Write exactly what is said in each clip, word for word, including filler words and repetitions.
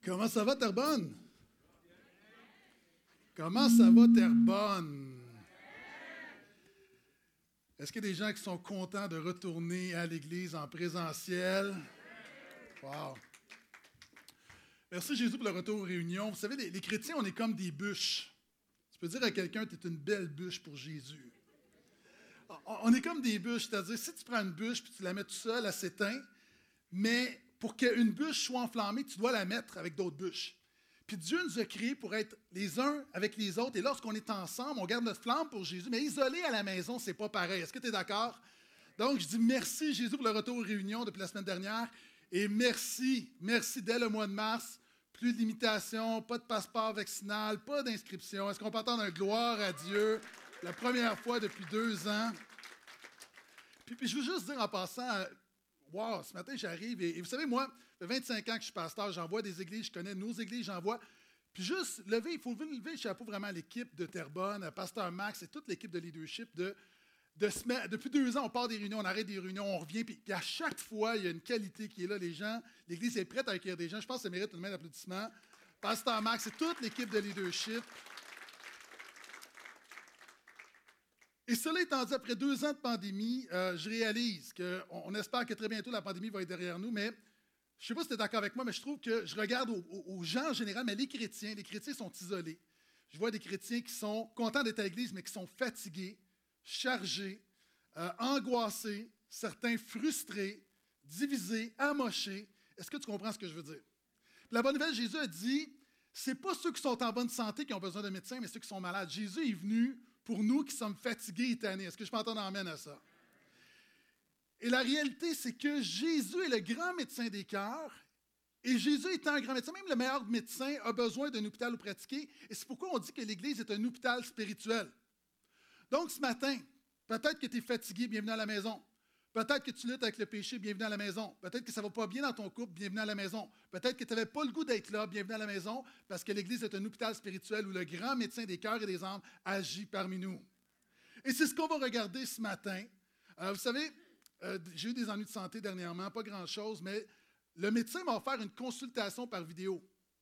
Comment ça va, Terrebonne? Comment ça va, Terrebonne? Est-ce qu'il y a des gens qui sont contents de retourner à l'église en présentiel? Wow! Merci Jésus pour le retour aux réunions. Vous savez, les, les chrétiens, on est comme des bûches. Tu peux dire à quelqu'un, tu es une belle bûche pour Jésus. On, on est comme des bûches, c'est-à-dire, si tu prends une bûche et tu la mets tout seul, elle s'éteint, mais pour qu'une bûche soit enflammée, tu dois la mettre avec d'autres bûches. Puis Dieu nous a créés pour être les uns avec les autres. Et lorsqu'on est ensemble, on garde notre flamme pour Jésus. Mais isolé à la maison, c'est pas pareil. Est-ce que tu es d'accord? Donc, je dis merci Jésus pour le retour aux réunions depuis la semaine dernière. Et merci, merci dès le mois de mars. Plus de limitation, pas de passeport vaccinal, pas d'inscription. Est-ce qu'on peut entendre un gloire à Dieu? La première fois depuis deux ans. Puis, puis je veux juste dire en passant, wow, ce matin j'arrive et, et vous savez, moi, ça fait vingt-cinq ans que je suis pasteur, j'envoie des églises, je connais nos églises, j'envoie. Puis juste lever, il faut lever le chapeau vraiment à l'équipe de Terrebonne, à Pasteur Max et toute l'équipe de leadership. De, de se mettre, depuis deux ans, on part des réunions, on arrête des réunions, on revient. Puis, puis à chaque fois, il y a une qualité qui est là. Les gens, l'église est prête à accueillir des gens. Je pense que ça mérite une main d'applaudissement. Pasteur Max et toute l'équipe de leadership. Et cela étant dit, après deux ans de pandémie, euh, je réalise qu'on on espère que très bientôt la pandémie va être derrière nous, mais je ne sais pas si tu es d'accord avec moi, mais je trouve que je regarde aux, aux gens en général, mais les chrétiens, les chrétiens sont isolés. Je vois des chrétiens qui sont contents d'être à l'église, mais qui sont fatigués, chargés, euh, angoissés, certains frustrés, divisés, amochés. Est-ce que tu comprends ce que je veux dire? Puis la bonne nouvelle, Jésus a dit, ce n'est pas ceux qui sont en bonne santé qui ont besoin de médecins, mais ceux qui sont malades. Jésus est venu pour nous qui sommes fatigués et tannés. Est-ce que je peux entendre amène à ça? Et la réalité, c'est que Jésus est le grand médecin des cœurs. Et Jésus étant un grand médecin, même le meilleur médecin a besoin d'un hôpital où pratiquer. Et c'est pourquoi on dit que l'Église est un hôpital spirituel. Donc ce matin, peut-être que tu es fatigué, bienvenue à la maison. Peut-être que tu luttes avec le péché, bienvenue à la maison. Peut-être que ça ne va pas bien dans ton couple, bienvenue à la maison. Peut-être que tu n'avais pas le goût d'être là, bienvenue à la maison, parce que l'Église est un hôpital spirituel où le grand médecin des cœurs et des âmes agit parmi nous. Et c'est ce qu'on va regarder ce matin. Euh, vous savez, euh, j'ai eu des ennuis de santé dernièrement, pas grand-chose, mais le médecin m'a offert une consultation par vidéo.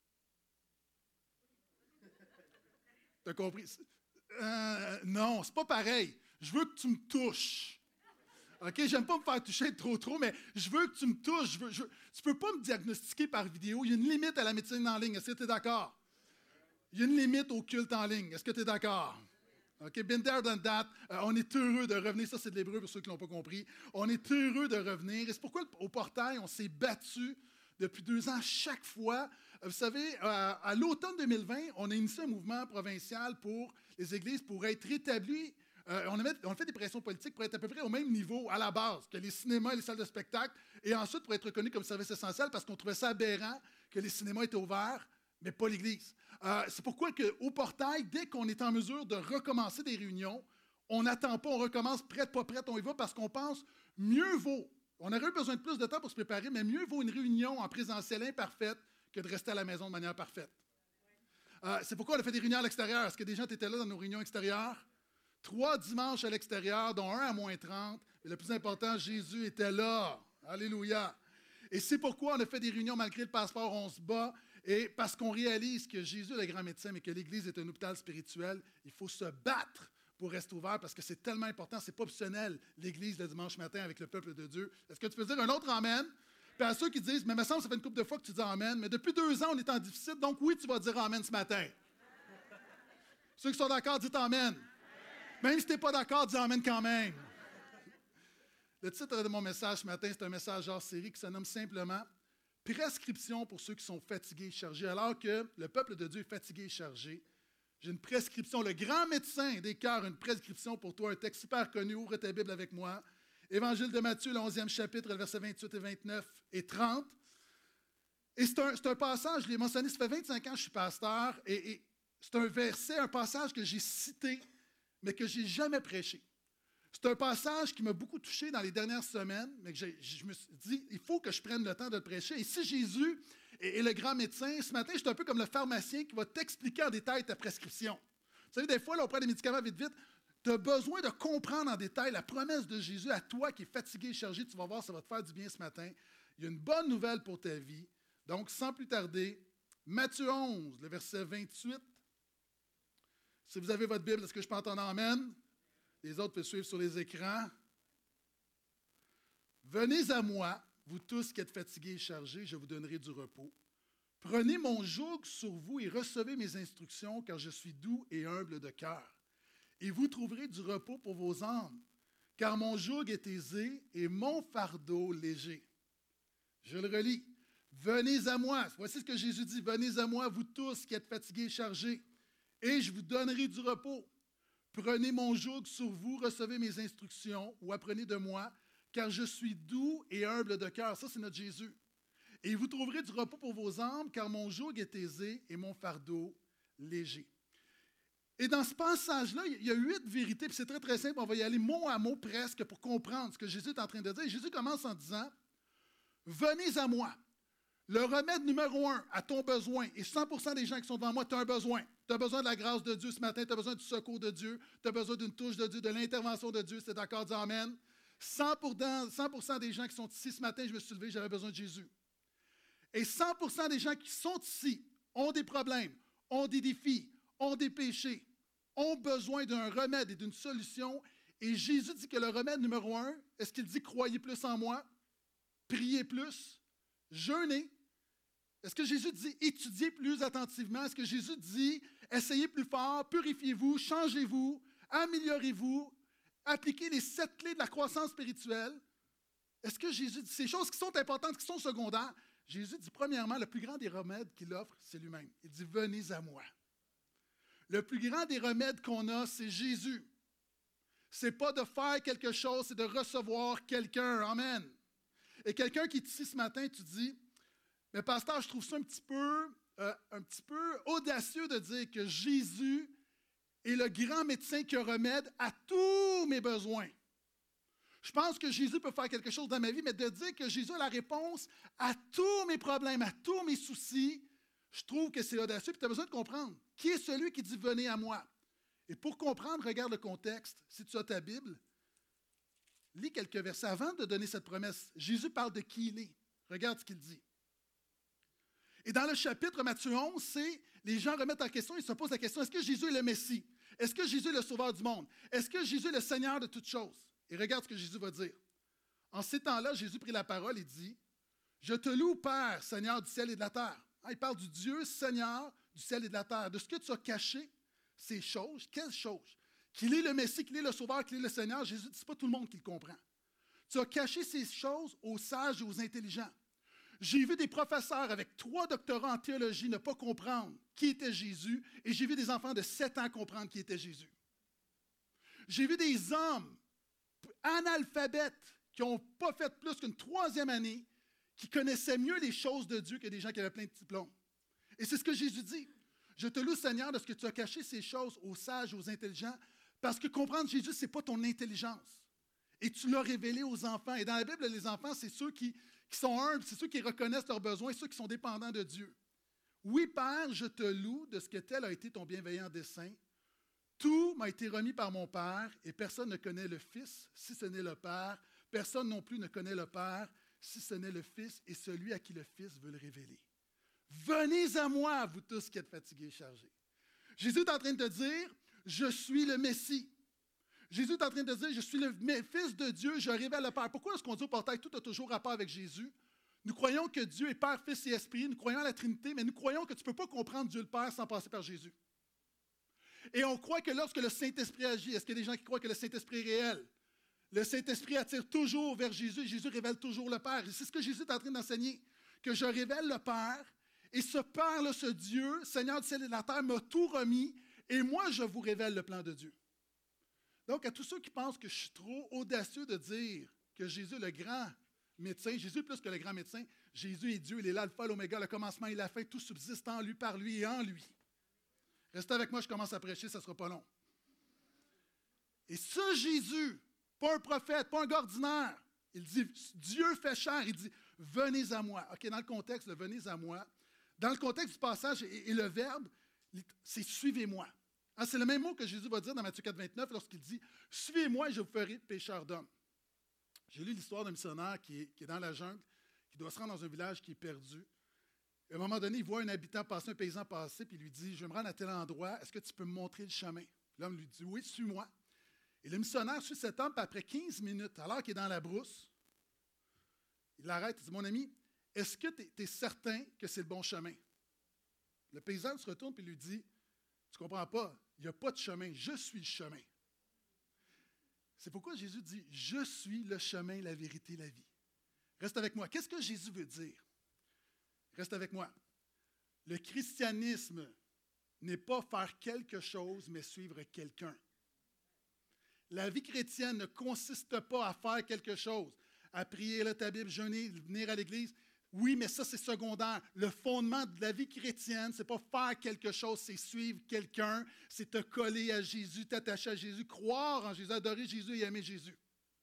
Tu as compris? Euh, non, c'est pas pareil. Je veux que tu me touches. OK, j'aime pas me faire toucher trop trop, mais je veux que tu me touches. Je veux, je, tu ne peux pas me diagnostiquer par vidéo. Il y a une limite à la médecine en ligne. Est-ce que tu es d'accord? Il y a une limite au culte en ligne. Est-ce que tu es d'accord? OK, been there, done that. Euh, on est heureux de revenir. Ça, c'est de l'hébreu pour ceux qui ne l'ont pas compris. On est heureux de revenir. Et c'est pourquoi au portail, on s'est battu depuis deux ans chaque fois. Vous savez, à, à l'automne deux mille vingt, on a initié un mouvement provincial pour les églises pour être rétablis. Euh, on, a met, on a fait des pressions politiques pour être à peu près au même niveau à la base que les cinémas et les salles de spectacle, et ensuite pour être reconnus comme service essentiel parce qu'on trouvait ça aberrant que les cinémas étaient ouverts, mais pas l'Église. Euh, c'est pourquoi qu'au portail, dès qu'on est en mesure de recommencer des réunions, on n'attend pas, on recommence prête, pas prête, on y va parce qu'on pense mieux vaut. On aurait eu besoin de plus de temps pour se préparer, mais mieux vaut une réunion en présentiel imparfaite que de rester à la maison de manière parfaite. Euh, c'est pourquoi on a fait des réunions à l'extérieur. Est-ce que des gens étaient là dans nos réunions extérieures? Trois dimanches à l'extérieur, dont un à moins trente. Et le plus important, Jésus était là. Alléluia. Et c'est pourquoi on a fait des réunions malgré le passeport, on se bat. Et parce qu'on réalise que Jésus est le grand médecin, mais que l'Église est un hôpital spirituel, il faut se battre pour rester ouvert parce que c'est tellement important. Ce n'est pas optionnel, l'Église, le dimanche matin avec le peuple de Dieu. Est-ce que tu peux dire un autre amen? Puis à ceux qui disent, mais il me semble que ça fait une couple de fois que tu dis amen, mais depuis deux ans, on est en déficit, donc oui, tu vas dire amen ce matin. Ceux qui sont d'accord, dites amen. Même si tu n'es pas d'accord, dis amen quand même. Le titre de mon message ce matin, c'est un message hors série qui se nomme simplement « Prescription pour ceux qui sont fatigués et chargés ». Alors que le peuple de Dieu est fatigué et chargé, j'ai une prescription, le grand médecin des cœurs, une prescription pour toi, un texte super connu, ouvre ta Bible avec moi. Évangile de Matthieu, le onzième chapitre, le versets vingt-huit et vingt-neuf et trente. Et c'est un, c'est un passage, je l'ai mentionné, ça fait vingt-cinq ans que je suis pasteur, et, et c'est un verset, un passage que j'ai cité, mais que je n'ai jamais prêché. C'est un passage qui m'a beaucoup touché dans les dernières semaines, mais que j'ai, je me suis dit, il faut que je prenne le temps de le prêcher. Et si Jésus est, est le grand médecin, ce matin, je suis un peu comme le pharmacien qui va t'expliquer en détail ta prescription. Vous savez, des fois, là, on prend des médicaments vite, vite. Tu as besoin de comprendre en détail la promesse de Jésus à toi qui es fatigué et chargé. Tu vas voir, ça va te faire du bien ce matin. Il y a une bonne nouvelle pour ta vie. Donc, sans plus tarder, Matthieu onze, le verset vingt-huit. Si vous avez votre Bible, est-ce que je peux entendre amen? Les autres peuvent suivre sur les écrans. Venez à moi, vous tous qui êtes fatigués et chargés, je vous donnerai du repos. Prenez mon joug sur vous et recevez mes instructions, car je suis doux et humble de cœur. Et vous trouverez du repos pour vos âmes, car mon joug est aisé et mon fardeau léger. Je le relis. Venez à moi. Voici ce que Jésus dit. Venez à moi, vous tous qui êtes fatigués et chargés, et je vous donnerai du repos. Prenez mon joug sur vous, recevez mes instructions, ou apprenez de moi, car je suis doux et humble de cœur. Ça, c'est notre Jésus. Et vous trouverez du repos pour vos âmes, car mon joug est aisé et mon fardeau léger. Et dans ce passage-là, il y a huit vérités, puis c'est très, très simple. On va y aller mot à mot presque pour comprendre ce que Jésus est en train de dire. Et Jésus commence en disant, « Venez à moi. » Le remède numéro un à ton besoin, et cent pour cent des gens qui sont devant moi, tu as un besoin. Tu as besoin de la grâce de Dieu ce matin, tu as besoin du secours de Dieu, tu as besoin d'une touche de Dieu, de l'intervention de Dieu. C'est d'accord, dis amen. cent pour cent des gens qui sont ici ce matin, je me suis levé, j'avais besoin de Jésus. Et cent pour cent des gens qui sont ici ont des problèmes, ont des défis, ont des péchés, ont besoin d'un remède et d'une solution. Et Jésus dit que le remède numéro un, est-ce qu'il dit « croyez plus en moi », « priez plus », « jeûnez ». Est-ce que Jésus dit « étudiez plus attentivement », est-ce que Jésus dit « essayez plus fort, purifiez-vous, changez-vous, améliorez-vous, appliquez les sept clés de la croissance spirituelle ». Est-ce que Jésus dit ces choses qui sont importantes, qui sont secondaires? Jésus dit, premièrement, le plus grand des remèdes qu'il offre, c'est lui-même. Il dit, venez à moi. Le plus grand des remèdes qu'on a, c'est Jésus. Ce n'est pas de faire quelque chose, c'est de recevoir quelqu'un. Amen. Et quelqu'un qui est ici ce matin, tu dis, mais pasteur, je trouve ça un petit peu, euh, un petit peu audacieux de dire que Jésus est le grand médecin qui remède à tous mes besoins. Je pense que Jésus peut faire quelque chose dans ma vie, mais de dire que Jésus a la réponse à tous mes problèmes, à tous mes soucis, je trouve que c'est audacieux. Puis tu as besoin de comprendre. Qui est celui qui dit « venez à moi » ? Et pour comprendre, regarde le contexte. Si tu as ta Bible, lis quelques versets. Avant de donner cette promesse, Jésus parle de qui il est. Regarde ce qu'il dit. Et dans le chapitre Matthieu onze, c'est les gens remettent en question, ils se posent la question, est-ce que Jésus est le Messie? Est-ce que Jésus est le Sauveur du monde? Est-ce que Jésus est le Seigneur de toutes choses? Et regarde ce que Jésus va dire. En ces temps-là, Jésus prit la parole et dit, « Je te loue, Père, Seigneur du ciel et de la terre. » Ah, il parle du Dieu, Seigneur du ciel et de la terre. De ce que tu as caché, ces choses, quelles choses? Qu'il est le Messie, qu'il est le Sauveur, qu'il est le Seigneur, Jésus dit, ce n'est pas tout le monde qui le comprend. Tu as caché ces choses aux sages et aux intelligents. J'ai vu des professeurs avec trois doctorats en théologie ne pas comprendre qui était Jésus, et j'ai vu des enfants de sept ans comprendre qui était Jésus. J'ai vu des hommes analphabètes qui n'ont pas fait plus qu'une troisième année, qui connaissaient mieux les choses de Dieu que des gens qui avaient plein de diplômes. Et c'est ce que Jésus dit. Je te loue, Seigneur, de ce que tu as caché ces choses aux sages, aux intelligents, parce que comprendre Jésus, ce n'est pas ton intelligence. Et tu l'as révélé aux enfants. Et dans la Bible, les enfants, c'est ceux qui, qui sont humbles, c'est ceux qui reconnaissent leurs besoins, ceux qui sont dépendants de Dieu. Oui, Père, je te loue de ce que tel a été ton bienveillant dessein. Tout m'a été remis par mon Père, et personne ne connaît le Fils, si ce n'est le Père. Personne non plus ne connaît le Père, si ce n'est le Fils, et celui à qui le Fils veut le révéler. Venez à moi, vous tous qui êtes fatigués et chargés. Jésus est en train de te dire, je suis le Messie. Jésus est en train de dire, je suis le Fils de Dieu, je révèle le Père. Pourquoi est-ce qu'on dit au portail, tout a toujours rapport avec Jésus? Nous croyons que Dieu est Père, Fils et Esprit, nous croyons à la Trinité, mais nous croyons que tu ne peux pas comprendre Dieu le Père sans passer par Jésus. Et on croit que lorsque le Saint-Esprit agit, est-ce qu'il y a des gens qui croient que le Saint-Esprit est réel? Le Saint-Esprit attire toujours vers Jésus, et Jésus révèle toujours le Père. Et c'est ce que Jésus est en train d'enseigner, que je révèle le Père, et ce Père-là, ce Dieu, Seigneur du ciel et de la terre, m'a tout remis, et moi, je vous révèle le plan de Dieu. Donc, à tous ceux qui pensent que je suis trop audacieux de dire que Jésus est le grand médecin, Jésus est plus que le grand médecin, Jésus est Dieu, il est l'alpha, l'oméga, le commencement et la fin, tout subsiste en lui, par lui et en lui. Restez avec moi, je commence à prêcher, ça ne sera pas long. Et ce Jésus, pas un prophète, pas un gars ordinaire, il dit, Dieu fait chair, il dit, venez à moi. OK, dans le contexte, le venez à moi, dans le contexte du passage et, et le verbe, c'est suivez-moi. Hein, c'est le même mot que Jésus va dire dans Matthieu quatre, vingt-neuf lorsqu'il dit, suivez-moi et je vous ferai pécheurs d'hommes. J'ai lu l'histoire d'un missionnaire qui est, qui est dans la jungle, qui doit se rendre dans un village qui est perdu. À un moment donné, il voit un habitant passer, un paysan passer, puis il lui dit, « Je vais me rendre à tel endroit, est-ce que tu peux me montrer le chemin? » L'homme lui dit, « Oui, suis-moi. » Et le missionnaire suit cet homme, puis après quinze minutes, alors qu'il est dans la brousse, il l'arrête, il dit, « Mon ami, est-ce que tu es certain que c'est le bon chemin? » Le paysan se retourne et lui dit, « Tu ne comprends pas, il n'y a pas de chemin, je suis le chemin. » C'est pourquoi Jésus dit, « Je suis le chemin, la vérité, la vie. » Reste avec moi. Qu'est-ce que Jésus veut dire? Reste avec moi. Le christianisme n'est pas faire quelque chose, mais suivre quelqu'un. La vie chrétienne ne consiste pas à faire quelque chose, à prier, lire ta Bible, jeûner, venir à l'église. Oui, mais ça, c'est secondaire. Le fondement de la vie chrétienne, ce n'est pas faire quelque chose, c'est suivre quelqu'un, c'est te coller à Jésus, t'attacher à Jésus, croire en Jésus, adorer Jésus et aimer Jésus.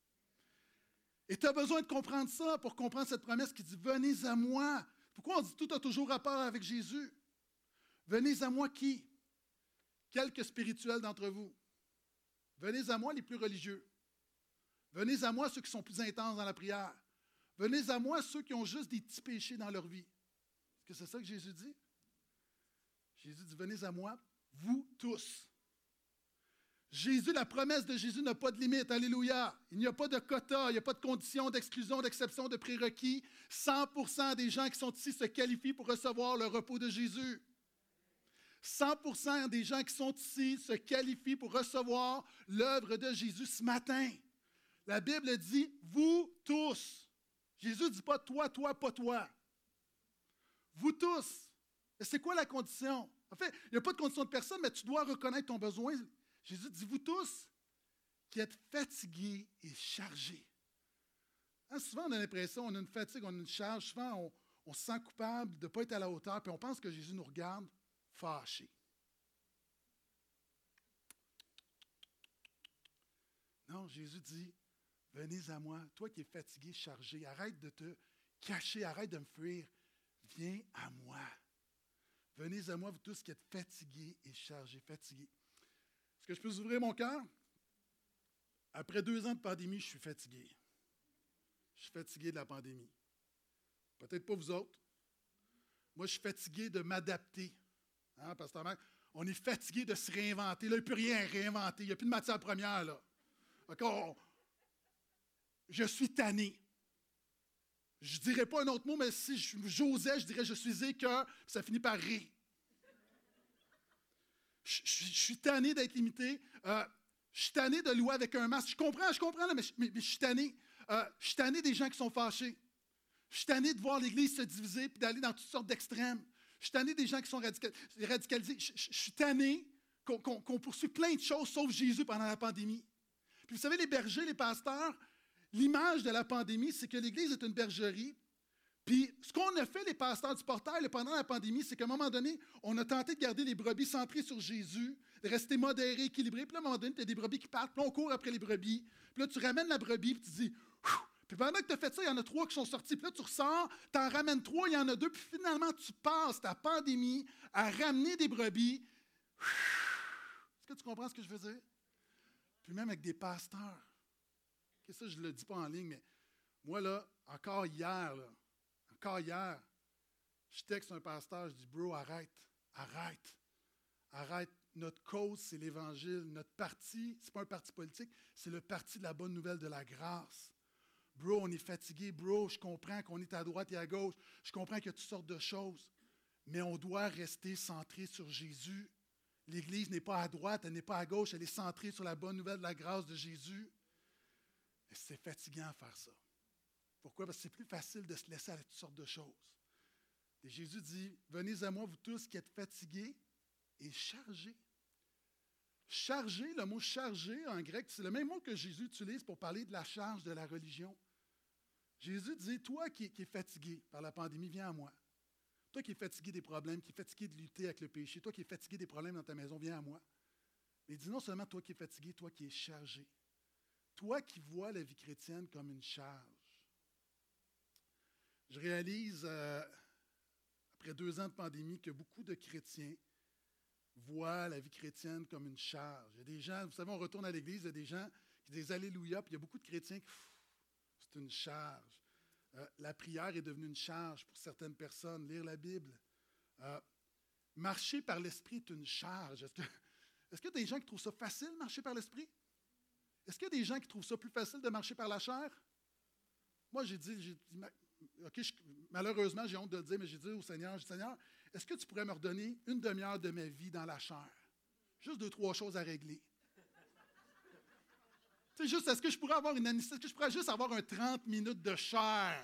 Et tu as besoin de comprendre ça pour comprendre cette promesse qui dit « Venez à moi ». Pourquoi on dit tout a toujours rapport avec Jésus? Venez à moi qui? Quelques spirituels d'entre vous. Venez à moi les plus religieux. Venez à moi ceux qui sont plus intenses dans la prière. Venez à moi ceux qui ont juste des petits péchés dans leur vie. Est-ce que c'est ça que Jésus dit? Jésus dit, venez à moi, vous tous. Jésus, la promesse de Jésus n'a pas de limite. Alléluia. Il n'y a pas de quota, il n'y a pas de conditions, d'exclusion, d'exception, de prérequis. cent pour cent des gens qui sont ici se qualifient pour recevoir le repos de Jésus. cent pour cent des gens qui sont ici se qualifient pour recevoir l'œuvre de Jésus ce matin. La Bible dit « vous tous ». Jésus ne dit pas « toi, toi, pas toi ». Vous tous. Et c'est quoi la condition? En fait, il n'y a pas de condition de personne, mais tu dois reconnaître ton besoin. Jésus dit « vous tous qui êtes fatigués et chargés ». Hein, souvent, on a l'impression, on a une fatigue, on a une charge. Souvent, on, on se sent coupable de ne pas être à la hauteur, puis on pense que Jésus nous regarde fâché. Non, Jésus dit, venez à moi, toi qui es fatigué, chargé, arrête de te cacher, arrête de me fuir, viens à moi. Venez à moi, vous tous qui êtes fatigués et chargés, fatigués. Est-ce que je peux vous ouvrir mon cœur? Après deux ans de pandémie, je suis fatigué. Je suis fatigué de la pandémie. Peut-être pas vous autres. Moi, je suis fatigué de m'adapter. Hein, Pasteur Marc? On est fatigué de se réinventer. Là, il n'y a plus rien à réinventer. Il n'y a plus de matière première, là. Encore, je suis tanné. Je ne dirais pas un autre mot, mais si j'osais, je dirais je suis écœuré, puis ça finit par rire. Je, je, je suis tanné d'être limité. Euh, je suis tanné de louer avec un masque. Je comprends, je comprends, là, mais, mais, mais je suis tanné. Euh, je suis tanné des gens qui sont fâchés. Je suis tanné de voir l'Église se diviser et d'aller dans toutes sortes d'extrêmes. Je suis tanné des gens qui sont radical, radicalisés. Je, je, je suis tanné qu'on, qu'on, qu'on poursuit plein de choses sauf Jésus pendant la pandémie. Puis vous savez, les bergers, les pasteurs, l'image de la pandémie, c'est que l'Église est une bergerie. Puis ce qu'on a fait, les pasteurs du portail, pendant la pandémie, c'est qu'à un moment donné, on a tenté de garder les brebis centrées sur Jésus, de rester modérés, équilibrés. Puis là, à un moment donné, tu as des brebis qui partent, puis là, on court après les brebis. Puis là, tu ramènes la brebis, puis tu dis... Puis pendant que tu as fait ça, il y en a trois qui sont sortis. Puis là, tu ressors, tu en ramènes trois, il y en a deux. Puis finalement, tu passes ta pandémie à ramener des brebis. Est-ce que tu comprends ce que je veux dire? Puis même avec des pasteurs. Okay, ça, je ne le dis pas en ligne, mais moi, là, encore hier, là, encore hier, je texte un pasteur, je dis, bro, arrête, arrête, arrête. Notre cause, c'est l'Évangile. Notre parti, ce n'est pas un parti politique, c'est le parti de la bonne nouvelle de la grâce. Bro, on est fatigué. Bro, je comprends qu'on est à droite et à gauche. Je comprends qu'il y a toutes sortes de choses. Mais on doit rester centré sur Jésus. L'Église n'est pas à droite, elle n'est pas à gauche, elle est centrée sur la bonne nouvelle de la grâce de Jésus. Et c'est fatigant à faire ça. Pourquoi? Parce que c'est plus facile de se laisser aller à toutes sortes de choses. Et Jésus dit, venez à moi, vous tous qui êtes fatigués et chargés. Chargé, le mot chargé en grec, c'est le même mot que Jésus utilise pour parler de la charge de la religion. Jésus dit, toi qui, qui es fatigué par la pandémie, viens à moi. Toi qui es fatigué des problèmes, qui es fatigué de lutter avec le péché, toi qui es fatigué des problèmes dans ta maison, viens à moi. Mais il dit non seulement toi qui es fatigué, toi qui es chargé. Toi qui vois la vie chrétienne comme une charge. Je réalise, euh, après deux ans de pandémie, que beaucoup de chrétiens voient la vie chrétienne comme une charge. Il y a des gens, vous savez, on retourne à l'église, il y a des gens qui disent Alléluia, puis il y a beaucoup de chrétiens qui, pff, c'est une charge. Euh, la prière est devenue une charge pour certaines personnes. Lire la Bible. Euh, marcher par l'Esprit est une charge. Est-ce que, est-ce qu'il y a des gens qui trouvent ça facile, marcher par l'Esprit? Est-ce qu'il y a des gens qui trouvent ça plus facile de marcher par la chair? Moi, j'ai dit, j'ai dit okay, je, malheureusement, j'ai honte de le dire, mais j'ai dit au Seigneur, j'ai dit, Seigneur, est-ce que tu pourrais me redonner une demi-heure de ma vie dans la chair? Juste deux, trois choses à régler. Tu sais, juste, est-ce que je pourrais avoir une anesthésie? Est-ce que je pourrais juste avoir un trente minutes de chair?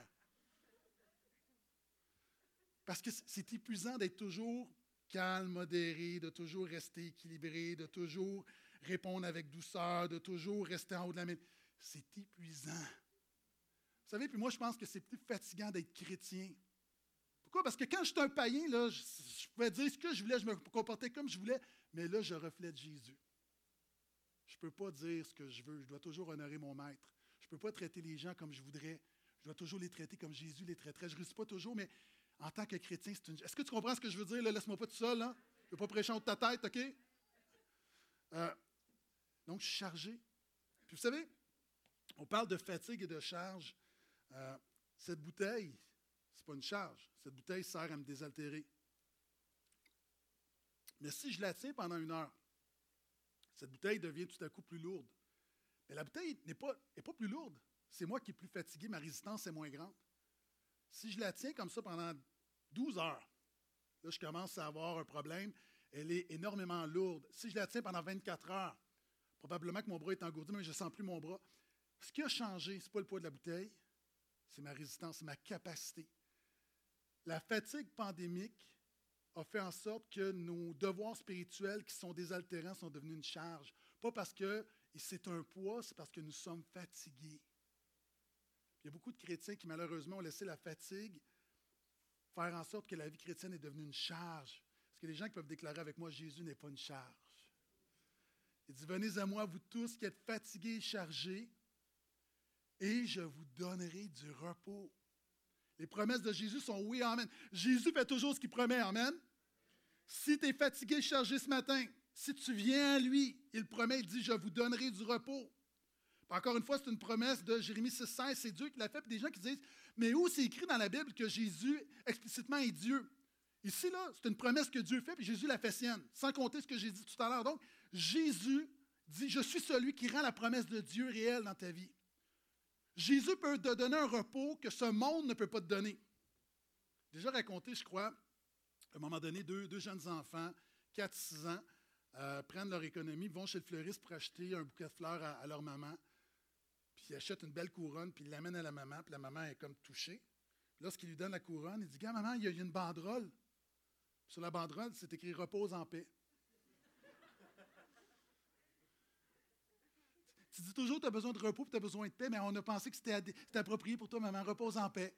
Parce que c'est épuisant d'être toujours calme, modéré, de toujours rester équilibré, de toujours répondre avec douceur, de toujours rester en haut de la main. C'est épuisant. Vous savez, puis moi, je pense que c'est plus fatigant d'être chrétien. Pourquoi? Parce que quand j'étais un païen, là, je, je pouvais dire ce que je voulais, je me comportais comme je voulais, mais là, je reflète Jésus. Je ne peux pas dire ce que je veux. Je dois toujours honorer mon maître. Je ne peux pas traiter les gens comme je voudrais. Je dois toujours les traiter comme Jésus les traiterait. Je ne réussis pas toujours, mais en tant que chrétien, c'est une... Est-ce que tu comprends ce que je veux dire? Là? Laisse-moi pas tout seul. Là. Je ne veux pas prêcher en haut de ta tête, OK? Euh, donc, je suis chargé. Puis vous savez, on parle de fatigue et de charge. Euh, cette bouteille, ce n'est pas une charge. Cette bouteille sert à me désaltérer. Mais si je la tiens pendant une heure, cette bouteille devient tout à coup plus lourde. Mais la bouteille n'est pas, n'est pas plus lourde. C'est moi qui est plus fatigué, ma résistance est moins grande. Si je la tiens comme ça pendant douze heures, là, je commence à avoir un problème. Elle est énormément lourde. Si je la tiens pendant vingt-quatre heures, probablement que mon bras est engourdi, mais je ne sens plus mon bras. Ce qui a changé, ce n'est pas le poids de la bouteille, c'est ma résistance, c'est ma capacité. La fatigue pandémique a fait en sorte que nos devoirs spirituels qui sont désaltérants sont devenus une charge. Pas parce que c'est un poids, c'est parce que nous sommes fatigués. Il y a beaucoup de chrétiens qui, malheureusement, ont laissé la fatigue faire en sorte que la vie chrétienne est devenue une charge. Est-ce qu'il y a des gens qui peuvent déclarer avec moi, Jésus n'est pas une charge? Il dit, venez à moi, vous tous qui êtes fatigués et chargés, et je vous donnerai du repos. Les promesses de Jésus sont oui, amen. Jésus fait toujours ce qu'il promet, amen. Si tu es fatigué, chargé ce matin, si tu viens à lui, il promet, il dit, je vous donnerai du repos. Puis encore une fois, c'est une promesse de Jérémie six seize, c'est Dieu qui l'a fait. Puis des gens qui disent, mais où c'est écrit dans la Bible que Jésus explicitement est Dieu? Ici, là, c'est une promesse que Dieu fait, puis Jésus la fait sienne, sans compter ce que j'ai dit tout à l'heure. Donc, Jésus dit, je suis celui qui rend la promesse de Dieu réelle dans ta vie. Jésus peut te donner un repos que ce monde ne peut pas te donner. J'ai déjà raconté, je crois, à un moment donné, deux, deux jeunes enfants, quatre six ans, euh, prennent leur économie, vont chez le fleuriste pour acheter un bouquet de fleurs à, à leur maman, puis ils achètent une belle couronne, puis ils l'amènent à la maman, puis la maman est comme touchée. Lorsqu'il lui donne la couronne, il dit, « Gars, maman, il y a une banderole. » Sur la banderole, c'est écrit « Repose en paix ». Tu dis toujours que tu as besoin de repos et tu as besoin de paix, mais on a pensé que c'était approprié pour toi, maman. Repose en paix.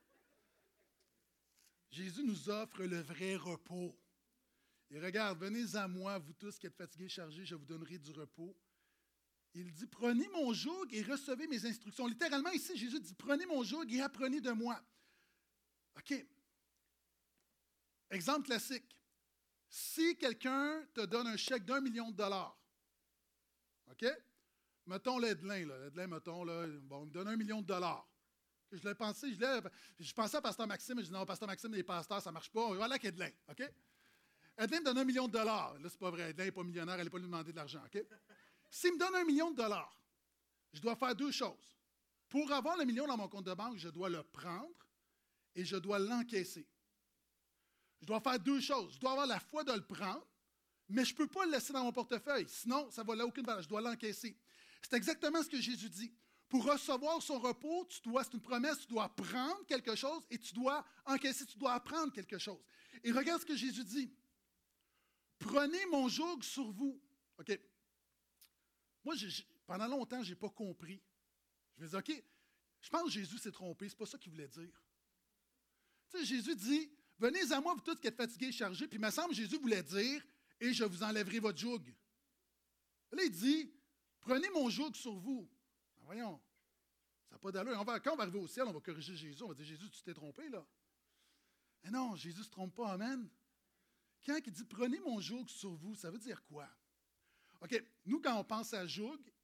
Jésus nous offre le vrai repos. Et regarde, venez à moi, vous tous qui êtes fatigués et chargés, je vous donnerai du repos. Il dit, prenez mon joug et recevez mes instructions. Littéralement, ici, Jésus dit, prenez mon joug et apprenez de moi. OK. Exemple classique. Si quelqu'un te donne un chèque d'un million de dollars, OK? Mettons l'Aidelin, là. L'Aidelin, mettons, là, bon, il me donne un million de dollars. Je l'ai pensé, je, l'ai, je pensais à Pasteur Maxime, et je dis non, Pasteur Maxime, les pasteurs, ça ne marche pas. Voilà qu'Aidelin, OK? Aidelin me donne un million de dollars. Là, c'est pas vrai. Aidelin n'est pas millionnaire, elle n'est pas lui demander de l'argent, OK? S'il me donne un million de dollars, je dois faire deux choses. Pour avoir le million dans mon compte de banque, je dois le prendre et je dois l'encaisser. Je dois faire deux choses. Je dois avoir la foi de le prendre, mais je ne peux pas le laisser dans mon portefeuille. Sinon, ça ne va là aucune valeur. Je dois l'encaisser. C'est exactement ce que Jésus dit. Pour recevoir son repos, tu dois, c'est une promesse, tu dois prendre quelque chose et tu dois encaisser, tu dois apprendre quelque chose. Et regarde ce que Jésus dit. Prenez mon joug sur vous. OK. Moi, j'ai, pendant longtemps, je n'ai pas compris. Je me dis, OK, je pense que Jésus s'est trompé, ce n'est pas ça qu'il voulait dire. Tu sais, Jésus dit, venez à moi, vous tous qui êtes fatigués et chargés, puis il me semble que Jésus voulait dire, et je vous enlèverai votre joug. Là, il dit, prenez mon joug sur vous. Ben voyons, ça n'a pas d'allure. On va, quand on va arriver au ciel, on va corriger Jésus. On va dire, Jésus, tu t'es trompé, là. Mais non, Jésus ne se trompe pas, amen. Quand il dit, prenez mon joug sur vous, ça veut dire quoi? OK, nous, quand on pense à joug,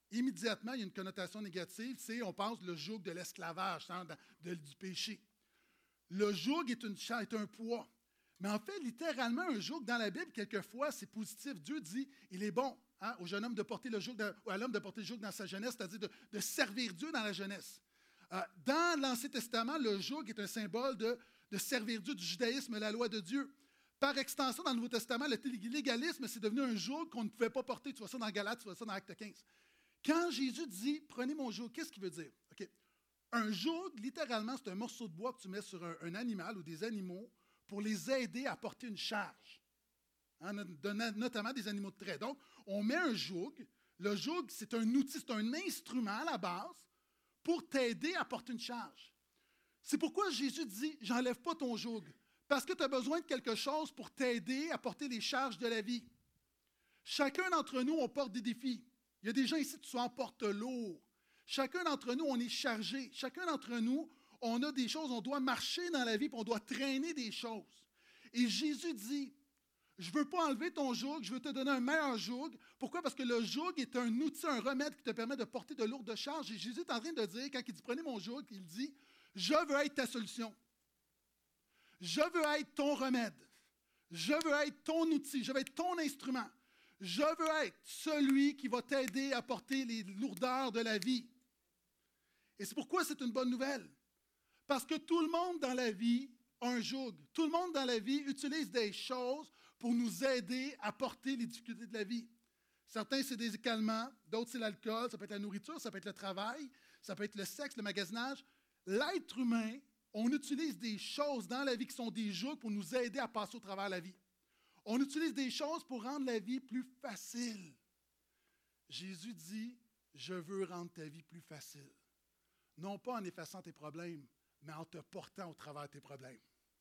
immédiatement, il y a une connotation négative, c'est, on pense, le joug de l'esclavage, hein, de, de, du péché. Le joug est, une, est un poids. Mais en fait, littéralement, un joug, dans la Bible, quelquefois, c'est positif. Dieu dit, il est bon hein, au jeune homme de porter le joug, ou à l'homme de porter le joug dans sa jeunesse, c'est-à-dire de, de servir Dieu dans la jeunesse. Euh, dans l'Ancien Testament, le joug est un symbole de, de servir Dieu, du judaïsme, la loi de Dieu. Par extension, dans le Nouveau Testament, le légalisme, c'est devenu un joug qu'on ne pouvait pas porter. Tu vois ça dans Galates, tu vois ça dans Acte quinze. Quand Jésus dit « prenez mon joug », qu'est-ce qu'il veut dire? Okay. Un joug, littéralement, c'est un morceau de bois que tu mets sur un, un animal ou des animaux pour les aider à porter une charge, hein, notamment des animaux de trait. Donc, on met un joug. Le joug, c'est un outil, c'est un instrument à la base pour t'aider à porter une charge. C'est pourquoi Jésus dit « j'enlève pas ton joug ». Parce que tu as besoin de quelque chose pour t'aider à porter les charges de la vie. Chacun d'entre nous, on porte des défis. Il y a des gens ici qui en portent lourd. Chacun d'entre nous, on est chargé. Chacun d'entre nous, on a des choses, on doit marcher dans la vie, puis on doit traîner des choses. Et Jésus dit, je ne veux pas enlever ton joug, je veux te donner un meilleur joug. Pourquoi? Parce que le joug est un outil, un remède qui te permet de porter de lourdes charges. Et Jésus est en train de dire, quand il dit, prenez mon joug, il dit, je veux être ta solution. Je veux être ton remède. Je veux être ton outil. Je veux être ton instrument. Je veux être celui qui va t'aider à porter les lourdeurs de la vie. Et c'est pourquoi c'est une bonne nouvelle. Parce que tout le monde dans la vie a un joug. Tout le monde dans la vie utilise des choses pour nous aider à porter les difficultés de la vie. Certains, c'est des calmants. D'autres, c'est l'alcool. Ça peut être la nourriture. Ça peut être le travail. Ça peut être le sexe, le magasinage. L'être humain, on utilise des choses dans la vie qui sont des jougs pour nous aider à passer au travers de la vie. On utilise des choses pour rendre la vie plus facile. Jésus dit, je veux rendre ta vie plus facile. Non pas en effaçant tes problèmes, mais en te portant au travers de tes problèmes.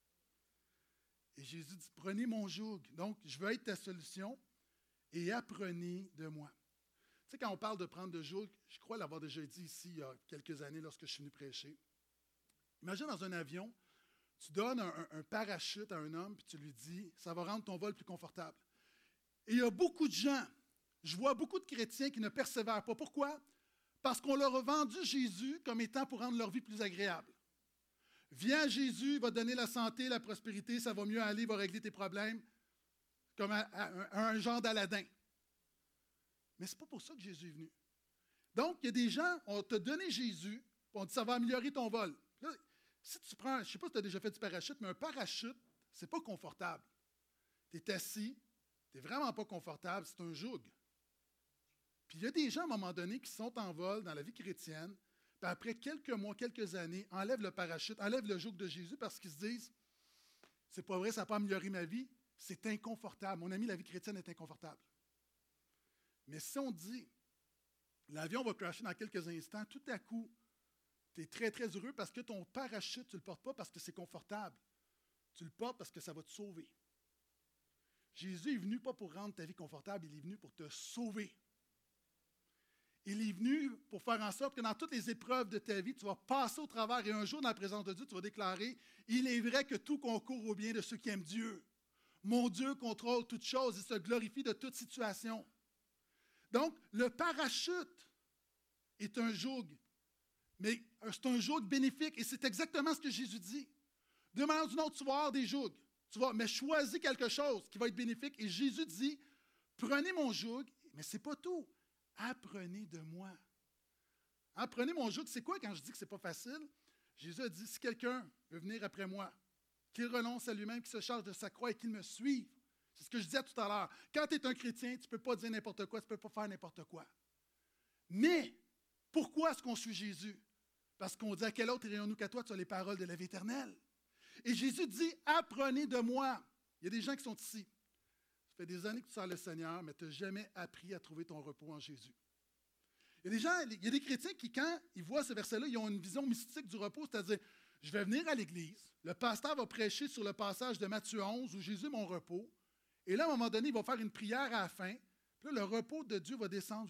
Et Jésus dit, prenez mon joug. Donc, je veux être ta solution et apprenez de moi. Tu sais, quand on parle de prendre le joug, je crois l'avoir déjà dit ici il y a quelques années lorsque je suis venu prêcher. Imagine dans un avion, tu donnes un, un, un parachute à un homme puis tu lui dis, ça va rendre ton vol plus confortable. Et il y a beaucoup de gens, je vois beaucoup de chrétiens qui ne persévèrent pas. Pourquoi? Parce qu'on leur a vendu Jésus comme étant pour rendre leur vie plus agréable. Viens Jésus, il va te donner la santé, la prospérité, ça va mieux aller, il va régler tes problèmes, comme un, un, un genre d'Aladin. Mais ce n'est pas pour ça que Jésus est venu. Donc, il y a des gens, on t'a donné Jésus, on dit ça va améliorer ton vol. Là, si tu prends, je ne sais pas si tu as déjà fait du parachute, mais un parachute, ce n'est pas confortable. Tu es assis, tu n'es vraiment pas confortable, c'est un joug. Puis il y a des gens, à un moment donné, qui sont en vol dans la vie chrétienne, puis après quelques mois, quelques années, enlèvent le parachute, enlèvent le joug de Jésus parce qu'ils se disent, c'est pas vrai, ça n'a pas amélioré ma vie, c'est inconfortable. Mon ami, la vie chrétienne est inconfortable. Mais si on dit, l'avion va crasher dans quelques instants, tout à coup, tu es très, très heureux parce que ton parachute, tu ne le portes pas parce que c'est confortable. Tu le portes parce que ça va te sauver. Jésus est venu pas pour rendre ta vie confortable, il est venu pour te sauver. Il est venu pour faire en sorte que dans toutes les épreuves de ta vie, tu vas passer au travers et un jour, dans la présence de Dieu, tu vas déclarer, il est vrai que tout concourt au bien de ceux qui aiment Dieu. Mon Dieu contrôle toutes choses et se glorifie de toute situation. Donc, le parachute est un joug. Mais c'est un joug bénéfique et c'est exactement ce que Jésus dit. De manière ou d'une autre, tu vas avoir des jougs. Tu vas, mais choisis quelque chose qui va être bénéfique. Et Jésus dit, prenez mon joug, mais ce n'est pas tout. Apprenez de moi. Apprenez mon joug. C'est quoi quand je dis que ce n'est pas facile? Jésus a dit, si quelqu'un veut venir après moi, qu'il renonce à lui-même, qu'il se charge de sa croix et qu'il me suive. C'est ce que je disais tout à l'heure. Quand tu es un chrétien, tu ne peux pas dire n'importe quoi, tu ne peux pas faire n'importe quoi. Mais, pourquoi est-ce qu'on suit Jésus? Parce qu'on dit, à quel autre irions-nous qu'à toi? Tu as les paroles de la vie éternelle. Et Jésus dit, apprenez de moi. Il y a des gens qui sont ici. Ça fait des années que tu sers le Seigneur, mais tu n'as jamais appris à trouver ton repos en Jésus. Il y a des gens, il y a des chrétiens qui, quand ils voient ce verset-là, ils ont une vision mystique du repos, c'est-à-dire, je vais venir à l'église, le pasteur va prêcher sur le passage de Matthieu onze, où Jésus est mon repos, et là, à un moment donné, il va faire une prière à la fin, puis là, le repos de Dieu va descendre,